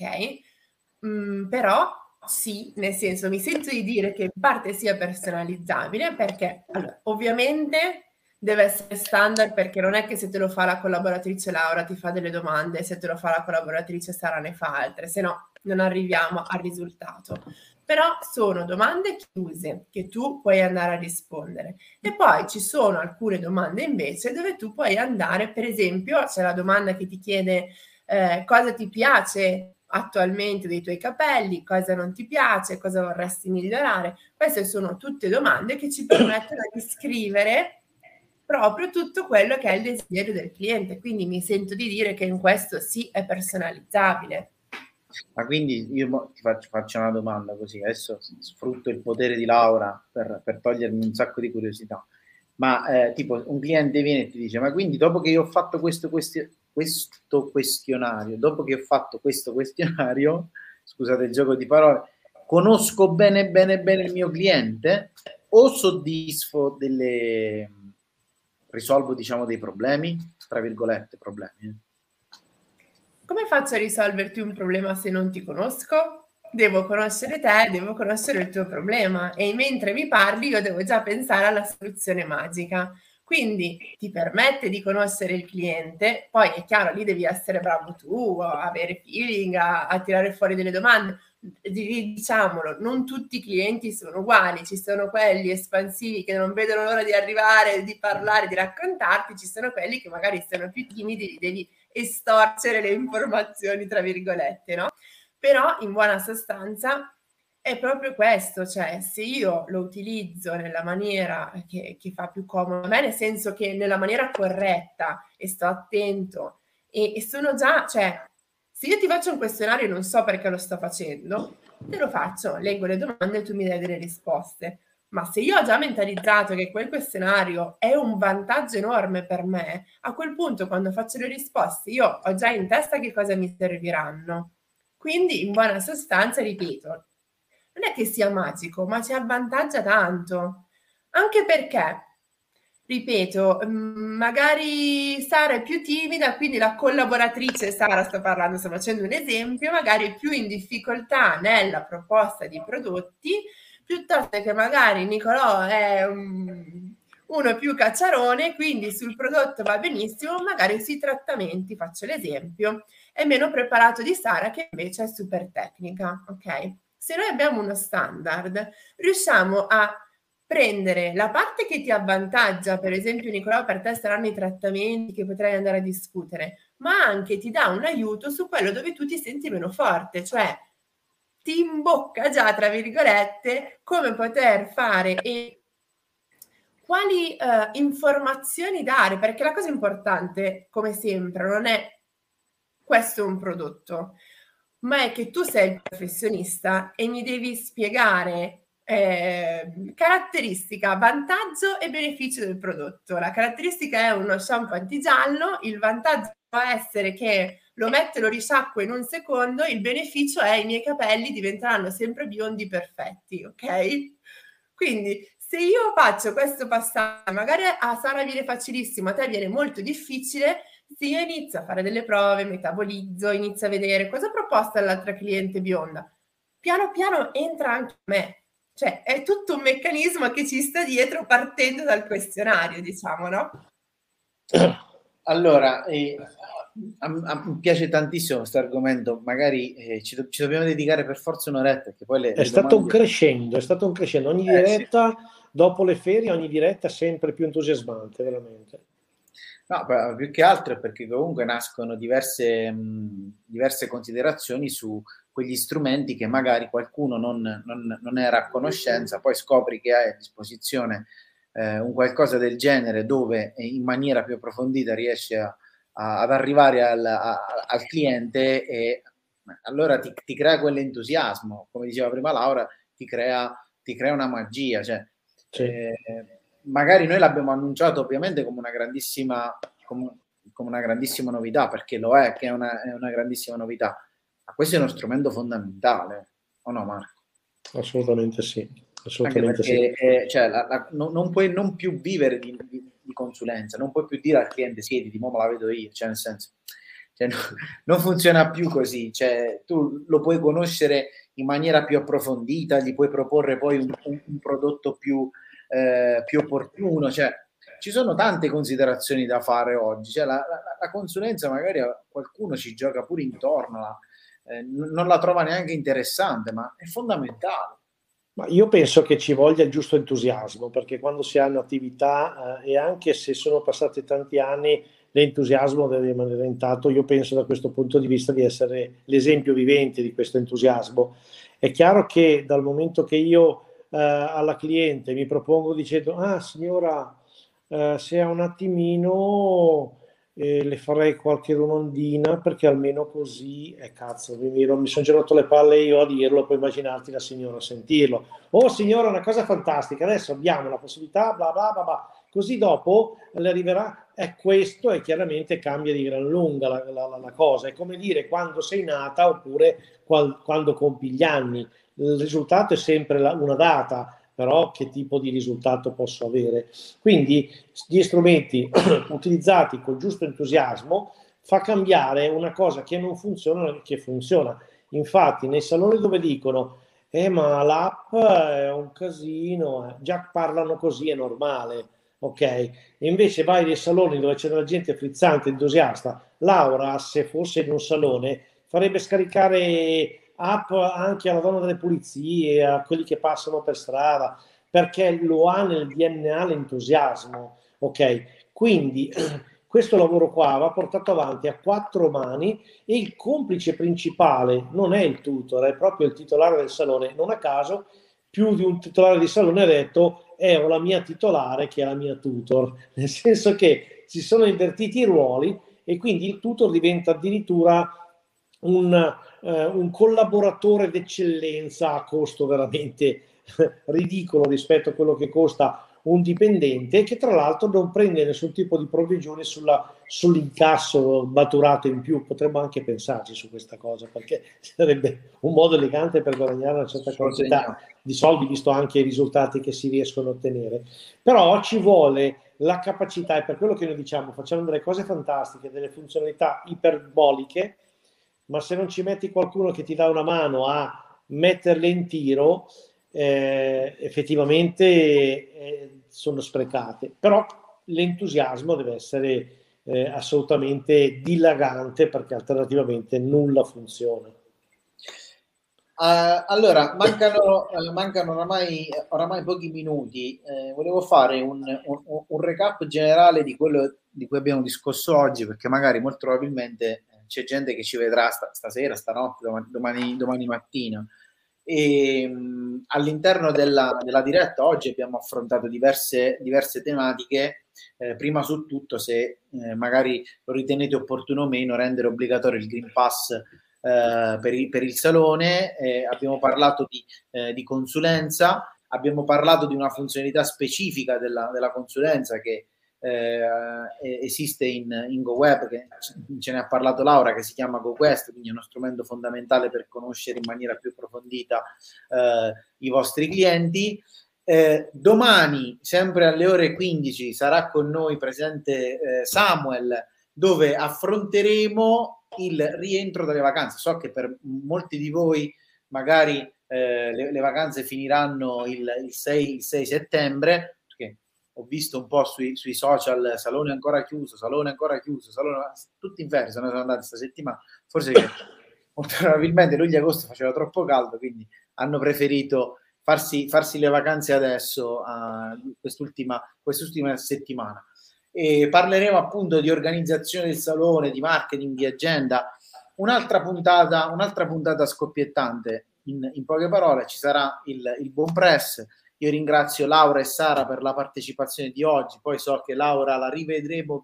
ok? Però sì, nel senso mi sento di dire che in parte sia personalizzabile perché allora, ovviamente deve essere standard perché non è che se te lo fa la collaboratrice Laura ti fa delle domande, se te lo fa la collaboratrice Sara ne fa altre, se no non arriviamo al risultato. Però sono domande chiuse che tu puoi andare a rispondere e poi ci sono alcune domande invece dove tu puoi andare, per esempio c'è la domanda che ti chiede cosa ti piace attualmente dei tuoi capelli, cosa non ti piace, cosa vorresti migliorare. Queste sono tutte domande che ci permettono di scrivere proprio tutto quello che è il desiderio del cliente, quindi mi sento di dire che in questo sì è personalizzabile. Ma quindi io ti faccio una domanda così, adesso sfrutto il potere di Laura per togliermi un sacco di curiosità, ma tipo un cliente viene e ti dice ma quindi dopo che io ho fatto questo questionario, dopo che ho fatto questo questionario, scusate il gioco di parole, conosco bene il mio cliente o soddisfo risolvo diciamo dei problemi, tra virgolette problemi. Come faccio a risolverti un problema se non ti conosco? Devo conoscere te, devo conoscere il tuo problema e mentre mi parli io devo già pensare alla soluzione magica. Quindi ti permette di conoscere il cliente, poi è chiaro, lì devi essere bravo tu, a avere feeling, a tirare fuori delle domande. Diciamolo, non tutti i clienti sono uguali, ci sono quelli espansivi che non vedono l'ora di arrivare, di parlare, di raccontarti, ci sono quelli che magari sono più timidi, li devi estorcere le informazioni, tra virgolette, no? Però in buona sostanza è proprio questo, cioè se io lo utilizzo nella maniera che fa più comodo a me, nel senso che nella maniera corretta e sto attento e sono già, cioè se io ti faccio un questionario e non so perché lo sto facendo, te lo faccio, leggo le domande e tu mi dai delle risposte. Ma se io ho già mentalizzato che quel questionario è un vantaggio enorme per me, a quel punto quando faccio le risposte io ho già in testa che cosa mi serviranno. Quindi in buona sostanza, ripeto, non è che sia magico, ma ci avvantaggia tanto. Anche perché, ripeto, magari Sara è più timida, quindi la collaboratrice Sara, sto facendo un esempio, magari è più in difficoltà nella proposta di prodotti, piuttosto che magari Nicolò è uno più cacciarone, quindi sul prodotto va benissimo, magari sui trattamenti, faccio l'esempio, è meno preparato di Sara che invece è super tecnica, ok? Se noi abbiamo uno standard, riusciamo a prendere la parte che ti avvantaggia, per esempio Nicolò per te saranno i trattamenti che potrai andare a discutere, ma anche ti dà un aiuto su quello dove tu ti senti meno forte, cioè ti imbocca già, tra virgolette, come poter fare e quali informazioni dare, perché la cosa importante, come sempre, non è questo è un prodotto, ma è che tu sei il professionista e mi devi spiegare caratteristica, vantaggio e beneficio del prodotto. La caratteristica è uno shampoo antigiallo, il vantaggio può essere che lo metto e lo risciacquo in un secondo, il beneficio è i miei capelli diventeranno sempre biondi perfetti, ok? Quindi se io faccio questo passaggio, magari a Sara viene facilissimo, a te viene molto difficile, se io inizio a fare delle prove, metabolizzo, inizio a vedere cosa ha proposto l'altra cliente bionda, piano piano entra anche a me. Cioè è tutto un meccanismo che ci sta dietro partendo dal questionario, diciamo, no? Allora, mi piace tantissimo questo argomento, magari ci dobbiamo dedicare per forza un'oretta. Perché poi è stato un crescendo, ogni diretta, sì. Dopo le ferie, ogni diretta è sempre più entusiasmante, veramente. No, più che altro è perché comunque nascono diverse considerazioni su quegli strumenti che magari qualcuno non era a conoscenza, poi scopri che hai a disposizione un qualcosa del genere dove in maniera più approfondita riesci ad arrivare al cliente e allora ti crea quell'entusiasmo, come diceva prima Laura, ti crea una magia, cioè sì. Magari noi l'abbiamo annunciato ovviamente come una grandissima novità, perché lo è, che è una grandissima novità, ma questo è uno strumento fondamentale, o no Marco? Assolutamente sì. Assolutamente anche perché, cioè, non puoi non più vivere di consulenza, non puoi più dire al cliente siediti, mo me la vedo io, cioè nel senso, cioè, non funziona più così, cioè tu lo puoi conoscere in maniera più approfondita, gli puoi proporre poi un prodotto più opportuno, cioè ci sono tante considerazioni da fare oggi, cioè la consulenza magari qualcuno ci gioca pure intorno, non la trova neanche interessante, ma è fondamentale. Ma io penso che ci voglia il giusto entusiasmo, perché quando si ha un'attività e anche se sono passati tanti anni, l'entusiasmo deve rimanere intatto. Io penso da questo punto di vista di essere l'esempio vivente di questo entusiasmo. È chiaro che dal momento che io alla cliente mi propongo dicendo signora, se ha un attimino le farei qualche domandina, perché almeno così cazzo, mi sono già rotto le palle io a dirlo, puoi immaginarti la signora a sentirlo. Oh signora, una cosa fantastica, adesso abbiamo la possibilità bla bla bla bla, così dopo le arriverà, questo e chiaramente cambia di gran lunga la cosa, è come dire quando sei nata oppure quando compi gli anni. Il risultato è sempre una data, però che tipo di risultato posso avere? Quindi gli strumenti utilizzati col giusto entusiasmo fa cambiare una cosa che non funziona che funziona. Infatti nei saloni dove dicono ma l'app è un casino, già parlano così, è normale, ok? E invece vai nei saloni dove c'è della gente frizzante, entusiasta. Laura, se fosse in un salone, farebbe scaricare app anche alla donna delle pulizie, a quelli che passano per strada, perché lo ha nel DNA l'entusiasmo, ok? Quindi questo lavoro qua va portato avanti a quattro mani e il complice principale non è il tutor, è proprio il titolare del salone. Non a caso più di un titolare di salone ha detto ho la mia titolare che è la mia tutor, nel senso che si sono invertiti i ruoli e quindi il tutor diventa addirittura un collaboratore d'eccellenza a costo veramente ridicolo rispetto a quello che costa un dipendente, che tra l'altro non prende nessun tipo di provvigione sull'incasso maturato in più. Potremmo anche pensarci su questa cosa, perché sarebbe un modo elegante per guadagnare una certa quantità di soldi, visto anche i risultati che si riescono a ottenere. Però ci vuole la capacità, e per quello che noi diciamo, facciamo delle cose fantastiche, delle funzionalità iperboliche, ma se non ci metti qualcuno che ti dà una mano a metterle in tiro, effettivamente sono sprecate. Però l'entusiasmo deve essere assolutamente dilagante, perché alternativamente nulla funziona. Allora, mancano oramai pochi minuti. Volevo fare un recap generale di quello di cui abbiamo discusso oggi, perché magari molto probabilmente c'è gente che ci vedrà stasera, stanotte, domani mattina. E all'interno della diretta oggi abbiamo affrontato diverse tematiche. Prima su tutto, se magari lo ritenete opportuno o meno, rendere obbligatorio il Green Pass per il salone. Abbiamo parlato di consulenza, abbiamo parlato di una funzionalità specifica della consulenza che esiste in GoWeb, che ce ne ha parlato Laura, che si chiama GoQuest, quindi è uno strumento fondamentale per conoscere in maniera più approfondita i vostri clienti. Domani, sempre alle ore 15, sarà con noi presente Samuel, dove affronteremo il rientro dalle vacanze. So che per molti di voi magari le vacanze finiranno il 6 settembre, perché ho visto un po' sui social, salone ancora chiuso, salone, tutti in ferie, sono andati questa settimana, forse che molto probabilmente luglio e agosto faceva troppo caldo, quindi hanno preferito farsi le vacanze adesso, quest'ultima settimana. E parleremo appunto di organizzazione del salone, di marketing, di agenda. Un'altra puntata scoppiettante. In poche parole, ci sarà il buon press. Io ringrazio Laura e Sara per la partecipazione di oggi. Poi so che Laura la rivedremo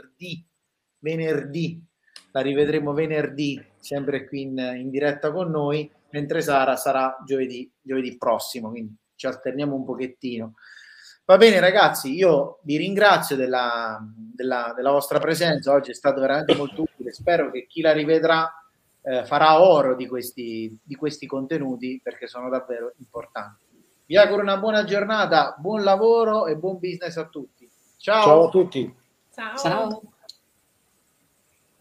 venerdì, la rivedremo venerdì, sempre qui in diretta con noi, mentre Sara sarà giovedì prossimo, quindi ci alterniamo un pochettino. Va bene ragazzi, io vi ringrazio della vostra presenza, oggi è stato veramente molto utile, spero che chi la rivedrà farà oro di questi contenuti, perché sono davvero importanti. Vi auguro una buona giornata, buon lavoro e buon business a tutti. Ciao, ciao a tutti. Ciao. Ciao.